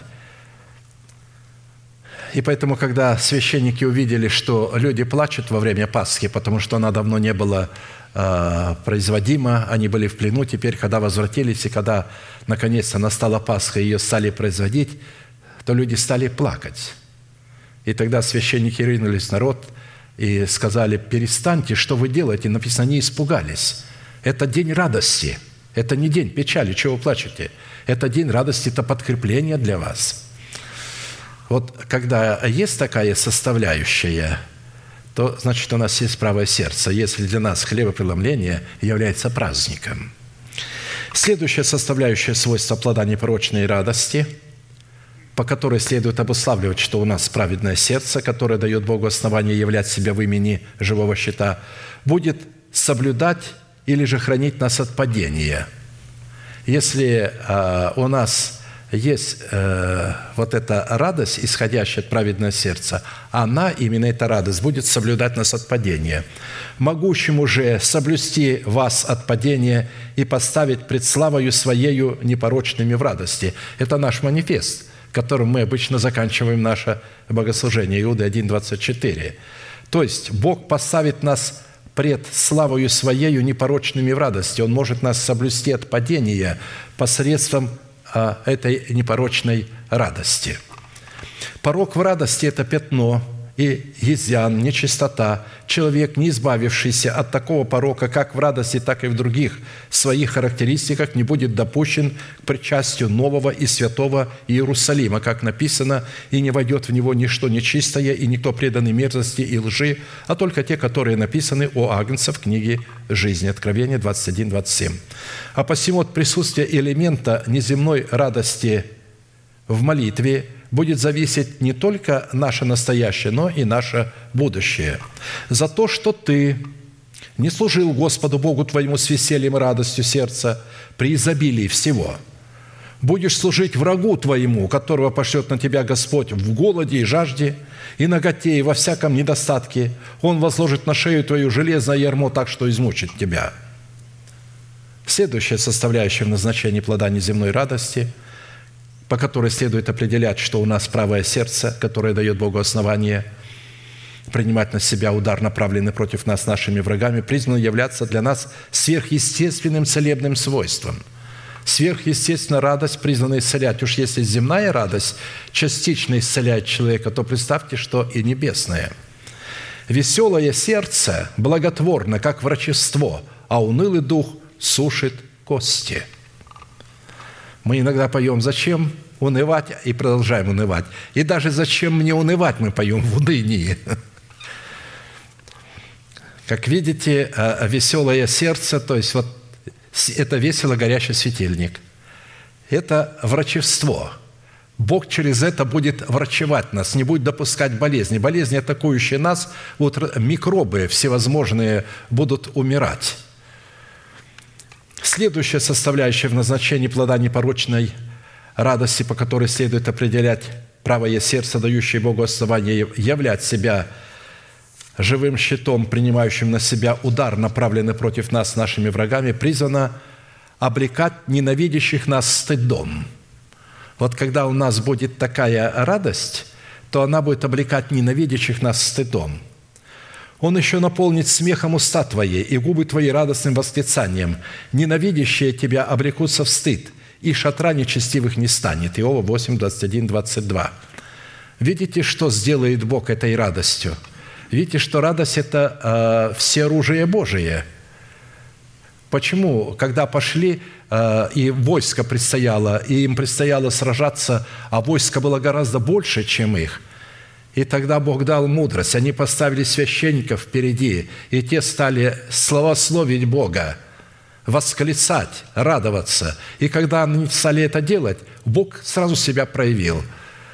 И поэтому, когда священники увидели, что люди плачут во время Пасхи, потому что она давно не была э, производима, они были в плену, теперь, когда возвратились, и когда, наконец-то, настала Пасха, и ее стали производить, то люди стали плакать. И тогда священники ринулись в народ и сказали: перестаньте, что вы делаете? Написано, они испугались. Это день радости, это не день печали, чего вы плачете. Это день радости, это подкрепление для вас. Вот когда есть такая составляющая, то значит у нас есть правое сердце, если для нас хлебопреломление является праздником. Следующая составляющая свойства плода непорочной радости, по которой следует обуславливать, что у нас праведное сердце, которое дает Богу основание являть себя в имени живого щита, будет соблюдать или же хранить нас от падения. Если э, у нас есть э, вот эта радость, исходящая от праведного сердца, она, именно эта радость, будет соблюдать нас от падения. Могущему же соблюсти вас от падения и поставить пред славою Своею непорочными в радости. Это наш манифест, которым мы обычно заканчиваем наше богослужение. Иуда один, двадцать четыре. То есть Бог поставит нас пред славою Своею непорочными в радости. Он может нас соблюсти от падения посредством этой непорочной радости. Порок в радости – это пятно и изъян, нечистота. Человек, не избавившийся от такого порока, как в радости, так и в других своих характеристиках, не будет допущен к причастию нового и святого Иерусалима, как написано, «И не войдет в него ничто нечистое, и никто преданный мерзости и лжи, а только те, которые написаны о Агнце в книге жизни». Откровение двадцать один, двадцать семь. А посему от присутствия элемента неземной радости в молитве будет зависеть не только наше настоящее, но и наше будущее. За то, что ты не служил Господу Богу твоему с весельем и радостью сердца при изобилии всего, будешь служить врагу твоему, которого пошлет на тебя Господь в голоде и жажде, и наготе, и во всяком недостатке. Он возложит на шею твою железное ярмо так, что измучит тебя. Следующая составляющая в назначении плода неземной радости, по которой следует определять, что у нас правое сердце, которое дает Богу основание принимать на себя удар, направленный против нас нашими врагами, призвано являться для нас сверхъестественным целебным свойством. Сверхъестественная радость призвана исцелять. Уж если земная радость частично исцеляет человека, то представьте, что и небесная. Веселое сердце благотворно, как врачество, а унылый дух сушит кости. Мы иногда поем «Зачем унывать?» и продолжаем унывать. И даже «Зачем мне унывать?» мы поем в унынии. Как видите, веселое сердце, то есть вот это весело горящий светильник. Это врачевство. Бог через это будет врачевать нас, не будет допускать болезни. Болезни, атакующие нас, вот микробы всевозможные будут умирать. Следующая составляющая в назначении плода непорочной радости, по которой следует определять правое сердце, дающее Богу основание являть себя живым щитом, принимающим на себя удар, направленный против нас нашими врагами, призвано облекать ненавидящих нас стыдом. Вот когда у нас будет такая радость, то она будет облекать ненавидящих нас стыдом. Он еще наполнит смехом уста твои, и губы твои радостным восклицанием. Ненавидящие тебя обрекутся в стыд, и шатра нечестивых не станет». Иова восемь, двадцать один, двадцать два. Видите, что сделает Бог этой радостью? Видите, что радость – это э, всеоружие Божие. Почему? Когда пошли, э, и войско предстояло, и им предстояло сражаться, а войско было гораздо больше, чем их, И тогда Бог дал мудрость. Они поставили священников впереди, и те стали славословить Бога, восклицать, радоваться. И когда они стали это делать, Бог сразу себя проявил.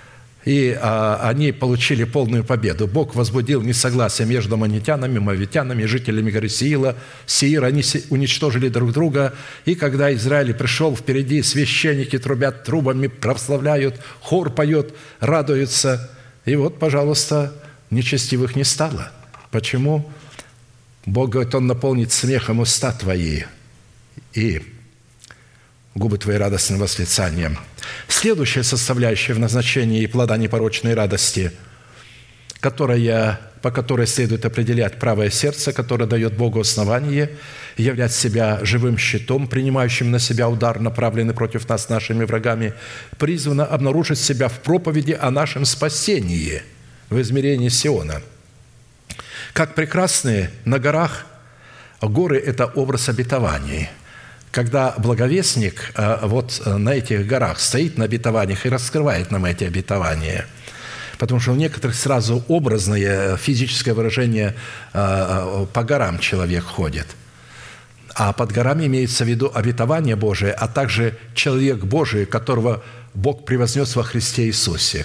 И а, они получили полную победу. Бог возбудил несогласие между аммонитянами, моавитянами, жителями горы Сиила, Сеира. Они уничтожили друг друга. И когда Израиль пришел впереди, священники трубят трубами, прославляют, хор поет, радуются. И вот, пожалуйста, нечестивых не стало. Почему? Бог говорит, Он наполнит смехом уста твои и губы твои радостным восклицанием. Следующая составляющая в назначении плода непорочной радости, которая, по которой следует определять правое сердце, которое дает Богу основание являть себя живым щитом, принимающим на себя удар, направленный против нас нашими врагами, призвано обнаружить себя в проповеди о нашем спасении в измерении Сиона. Как прекрасные на горах, горы – это образ обетований. Когда благовестник вот на этих горах стоит на обетованиях и раскрывает нам эти обетования, потому что у некоторых сразу образное физическое выражение по горам человек ходит, а под горами имеется в виду обетование Божие, а также человек Божий, которого Бог превознес во Христе Иисусе.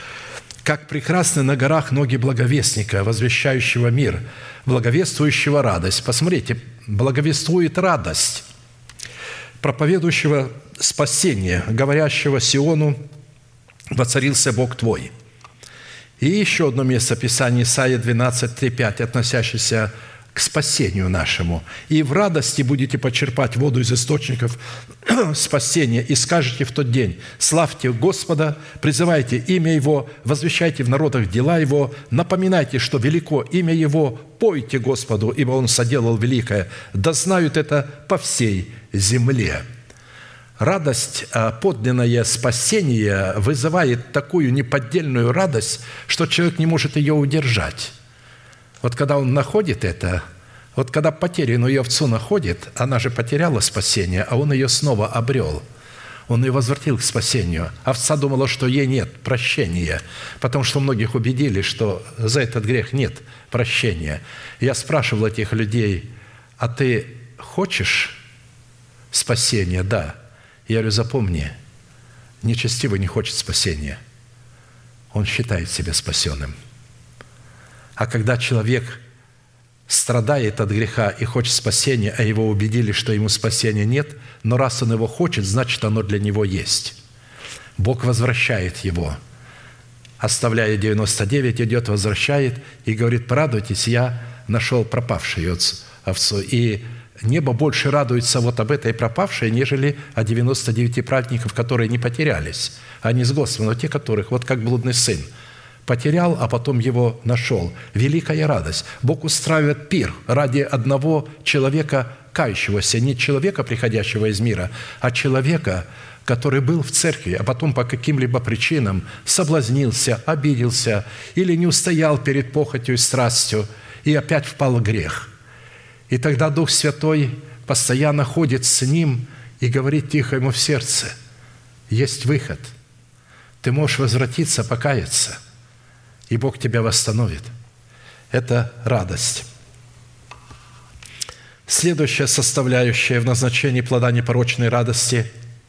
Как прекрасны на горах ноги благовестника, возвещающего мир, благовествующего радость. Посмотрите, благовествует радость, проповедующего спасение, говорящего Сиону: «Воцарился Бог твой». И еще одно место Писания, Исайя двенадцать, три, пять, относящееся к спасению нашему. «И в радости будете почерпать воду из источников спасения, и скажете в тот день: славьте Господа, призывайте имя Его, возвещайте в народах дела Его, напоминайте, что велико имя Его, пойте Господу, ибо Он соделал великое, да знают это по всей земле». Радость, подлинное спасение вызывает такую неподдельную радость, что человек не может ее удержать. Вот когда он находит это, вот когда потерянную овцу находит, она же потеряла спасение, а он ее снова обрел. Он ее возвратил к спасению. Овца думала, что ей нет прощения, потому что многих убедили, что за этот грех нет прощения. Я спрашивал этих людей: а ты хочешь спасения? Да. Я говорю: запомни, нечестивый не хочет спасения. Он считает себя спасенным. А когда человек страдает от греха и хочет спасения, а его убедили, что ему спасения нет, но раз он его хочет, значит, оно для него есть. Бог возвращает его. Оставляя девяносто девять, идет, возвращает и говорит: порадуйтесь, я нашел пропавшую овцу. И небо больше радуется вот об этой пропавшей, нежели о девяноста девяти праведников, которые не потерялись, а не с Господом, но те, которых, вот как блудный сын, потерял, а потом его нашел. Великая радость. Бог устраивает пир ради одного человека, кающегося, не человека, приходящего из мира, а человека, который был в церкви, а потом по каким-либо причинам соблазнился, обиделся или не устоял перед похотью и страстью и опять впал в грех. И тогда Дух Святой постоянно ходит с ним и говорит тихо ему в сердце: есть выход. Ты можешь возвратиться, покаяться, и Бог тебя восстановит. Это радость. Следующая составляющая в назначении плода непорочной радости,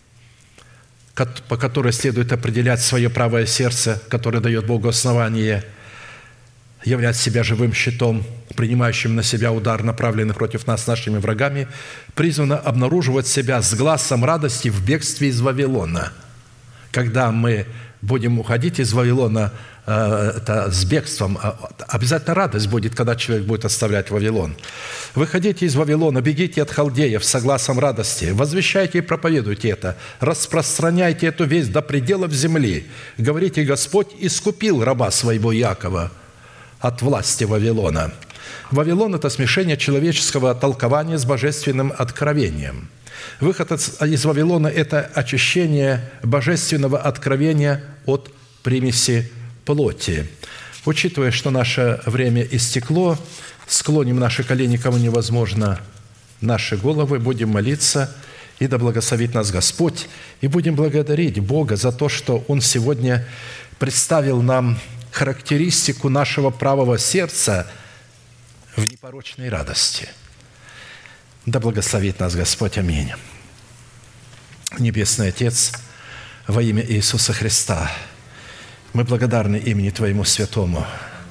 по которой следует определять свое правое сердце, которое дает Богу основание являть себя живым щитом, принимающим на себя удар, направленный против нас нашими врагами, призвано обнаруживать себя с глазом радости в бегстве из Вавилона. Когда мы будем уходить из Вавилона, это с бегством, обязательно радость будет, когда человек будет оставлять Вавилон. «Выходите из Вавилона, бегите от халдеев с гласом радости, возвещайте и проповедуйте это, распространяйте эту весть до пределов земли. Говорите: Господь искупил раба своего Иакова от власти Вавилона». Вавилон – это смешение человеческого толкования с божественным откровением. Выход из Вавилона – это очищение божественного откровения от примеси плоти. Учитывая, что наше время истекло, склоним наши колени, кому невозможно, наши головы, будем молиться, и да благословит нас Господь, и будем благодарить Бога за то, что Он сегодня представил нам характеристику нашего правого сердца в непорочной радости. Да благословит нас Господь. Аминь. Небесный Отец, во имя Иисуса Христа, мы благодарны имени Твоему Святому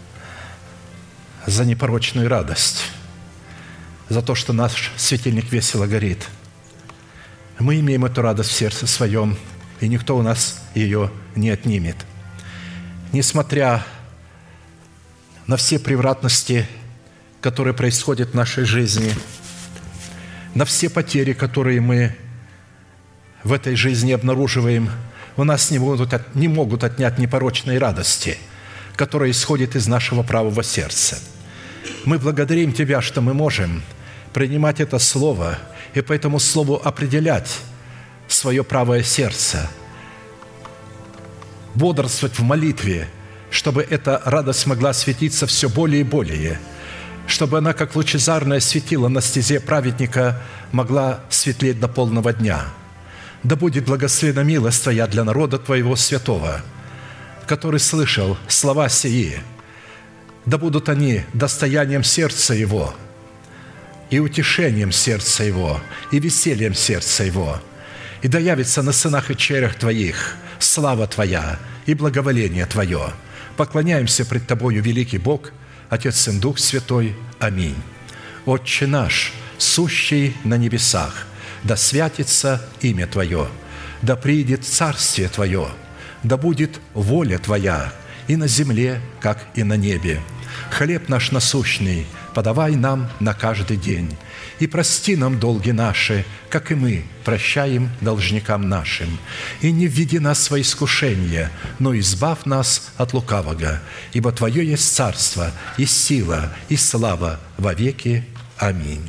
за непорочную радость, за то, что наш светильник весело горит. Мы имеем эту радость в сердце своем, и никто у нас ее не отнимет. Несмотря на все превратности, которые происходят в нашей жизни, на все потери, которые мы в этой жизни обнаруживаем, у нас не могут, не могут отнять непорочной радости, которая исходит из нашего правого сердца. Мы благодарим Тебя, что мы можем принимать это Слово и по этому Слову определять свое правое сердце, бодрствовать в молитве, чтобы эта радость могла светиться все более и более, чтобы она, как лучезарное светило на стезе праведника, могла светлеть до полного дня. Да будет благословена милость Твоя для народа Твоего святого, который слышал слова сии. Да будут они достоянием сердца его, и утешением сердца его, и весельем сердца его. И да явится на сынах и черях Твоих слава Твоя и благоволение Твое. Поклоняемся пред Тобою, великий Бог, Отец, Сын, Дух Святой. Аминь. Отче наш, сущий на небесах, да святится имя Твое, да приидет царствие Твое, да будет воля Твоя и на земле, как и на небе. Хлеб наш насущный подавай нам на каждый день, и прости нам долги наши, как и мы прощаем должникам нашим. И не введи нас во искушение, но избавь нас от лукавого, ибо Твое есть царство, и сила, и слава во веки. Аминь.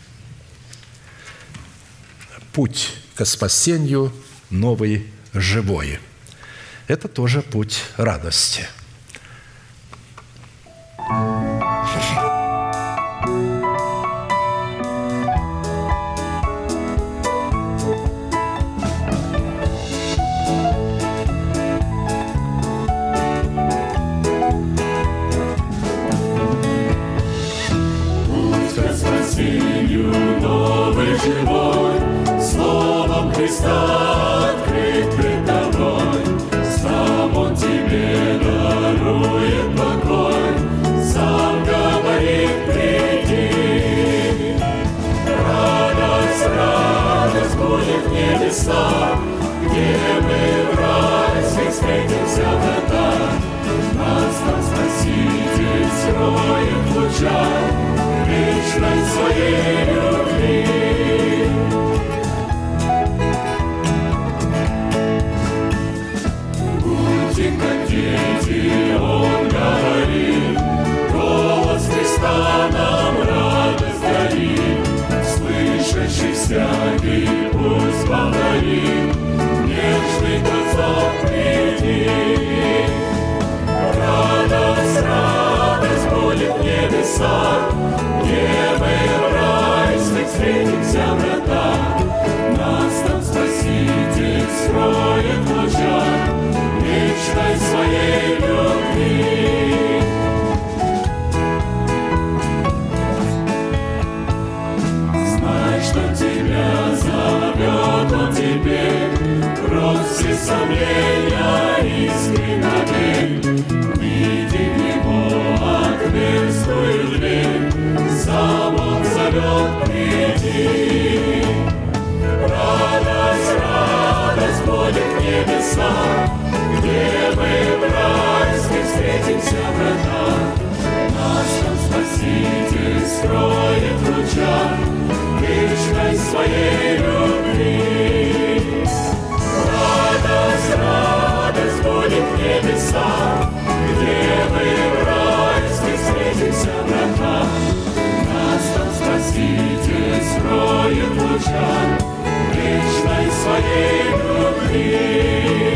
Путь ко спасению новый, живой. Это тоже путь радости. Живой, словом Христа открыт пред тобой. Сам Он тебе дарует покой, сам говорит: приди. Радость, радость будет в небесах, где мы в райских встретимся врата. Нас там Спаситель строит в лучах вечной своей любви. Как дети, Он говорит, голос Христа нам радость дарит. Слышащий всякий пусть повторит, нежный Отцов приди. Радость, радость будет в небесах, где мы в райских встретимся врата. Нас там Спаситель строит в лучах вечной своей любви. Знай, что тебя зовет Он теперь, брось все сомнения, искренно верь. Выйди в Его отверстую дверь, сам Он зовет: приди. Радость, радость будет в небесах, где мы в райских встретимся врата. Нас там Спаситель строит в лучах вечной своей любви. Радость, радость будет в небесах, где мы в райских встретимся врата. Нас там Спаситель строит в лучах вечной своей любви.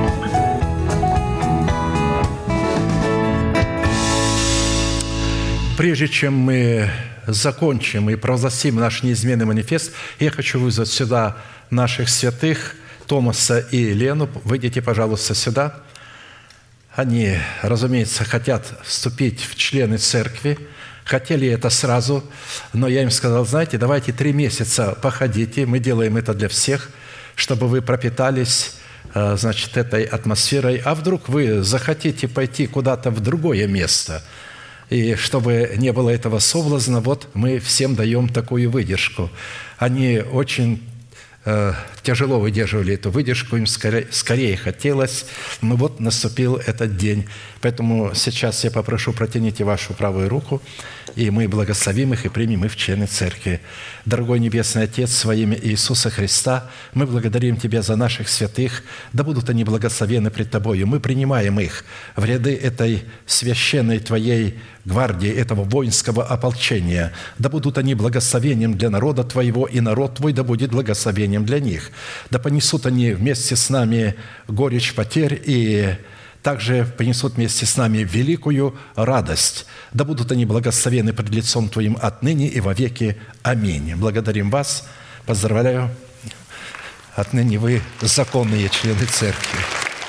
Прежде чем мы закончим и провозгласим наш неизменный манифест, я хочу вызвать сюда наших святых Томаса и Елену. Выйдите, пожалуйста, сюда. Они, разумеется, хотят вступить в члены церкви, хотели это сразу, но я им сказал: знаете, давайте три месяца походите, мы делаем это для всех, чтобы вы пропитались, значит, этой атмосферой, а вдруг вы захотите пойти куда-то в другое место, и чтобы не было этого соблазна, вот мы всем даем такую выдержку. Они очень э, тяжело выдерживали эту выдержку, им скорее, скорее хотелось, но вот наступил этот день. Поэтому сейчас я попрошу, протяните вашу правую руку, и мы благословим их и примем их в члены церкви. Дорогой Небесный Отец, во имя Иисуса Христа, мы благодарим Тебя за наших святых, да будут они благословены пред Тобою. Мы принимаем их в ряды этой священной Твоей гвардии, этого воинского ополчения. Да будут они благословением для народа Твоего, и народ Твой да будет благословением для них. Да понесут они вместе с нами горечь потерь и также принесут вместе с нами великую радость. Да будут они благословены пред лицом Твоим отныне и вовеки. Аминь. Благодарим вас. Поздравляю. Отныне вы законные члены церкви.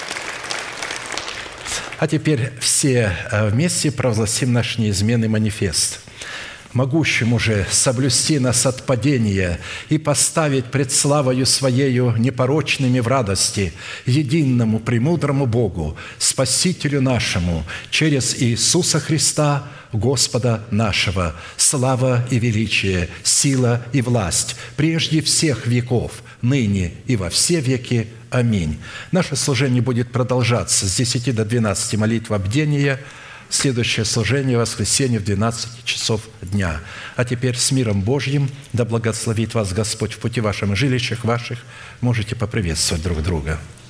А теперь все вместе провозгласим наш неизменный манифест. «Могущему же соблюсти нас от падения и поставить пред славою Своею непорочными в радости, единому премудрому Богу, Спасителю нашему, через Иисуса Христа, Господа нашего, слава и величие, сила и власть, прежде всех веков, ныне и во все веки. Аминь». Наше служение будет продолжаться с десяти до двенадцати молитва бдения. Следующее служение в воскресенье в двенадцать часов дня. А теперь с миром Божьим да благословит вас Господь в пути вашем и жилищах ваших. Можете поприветствовать друг друга.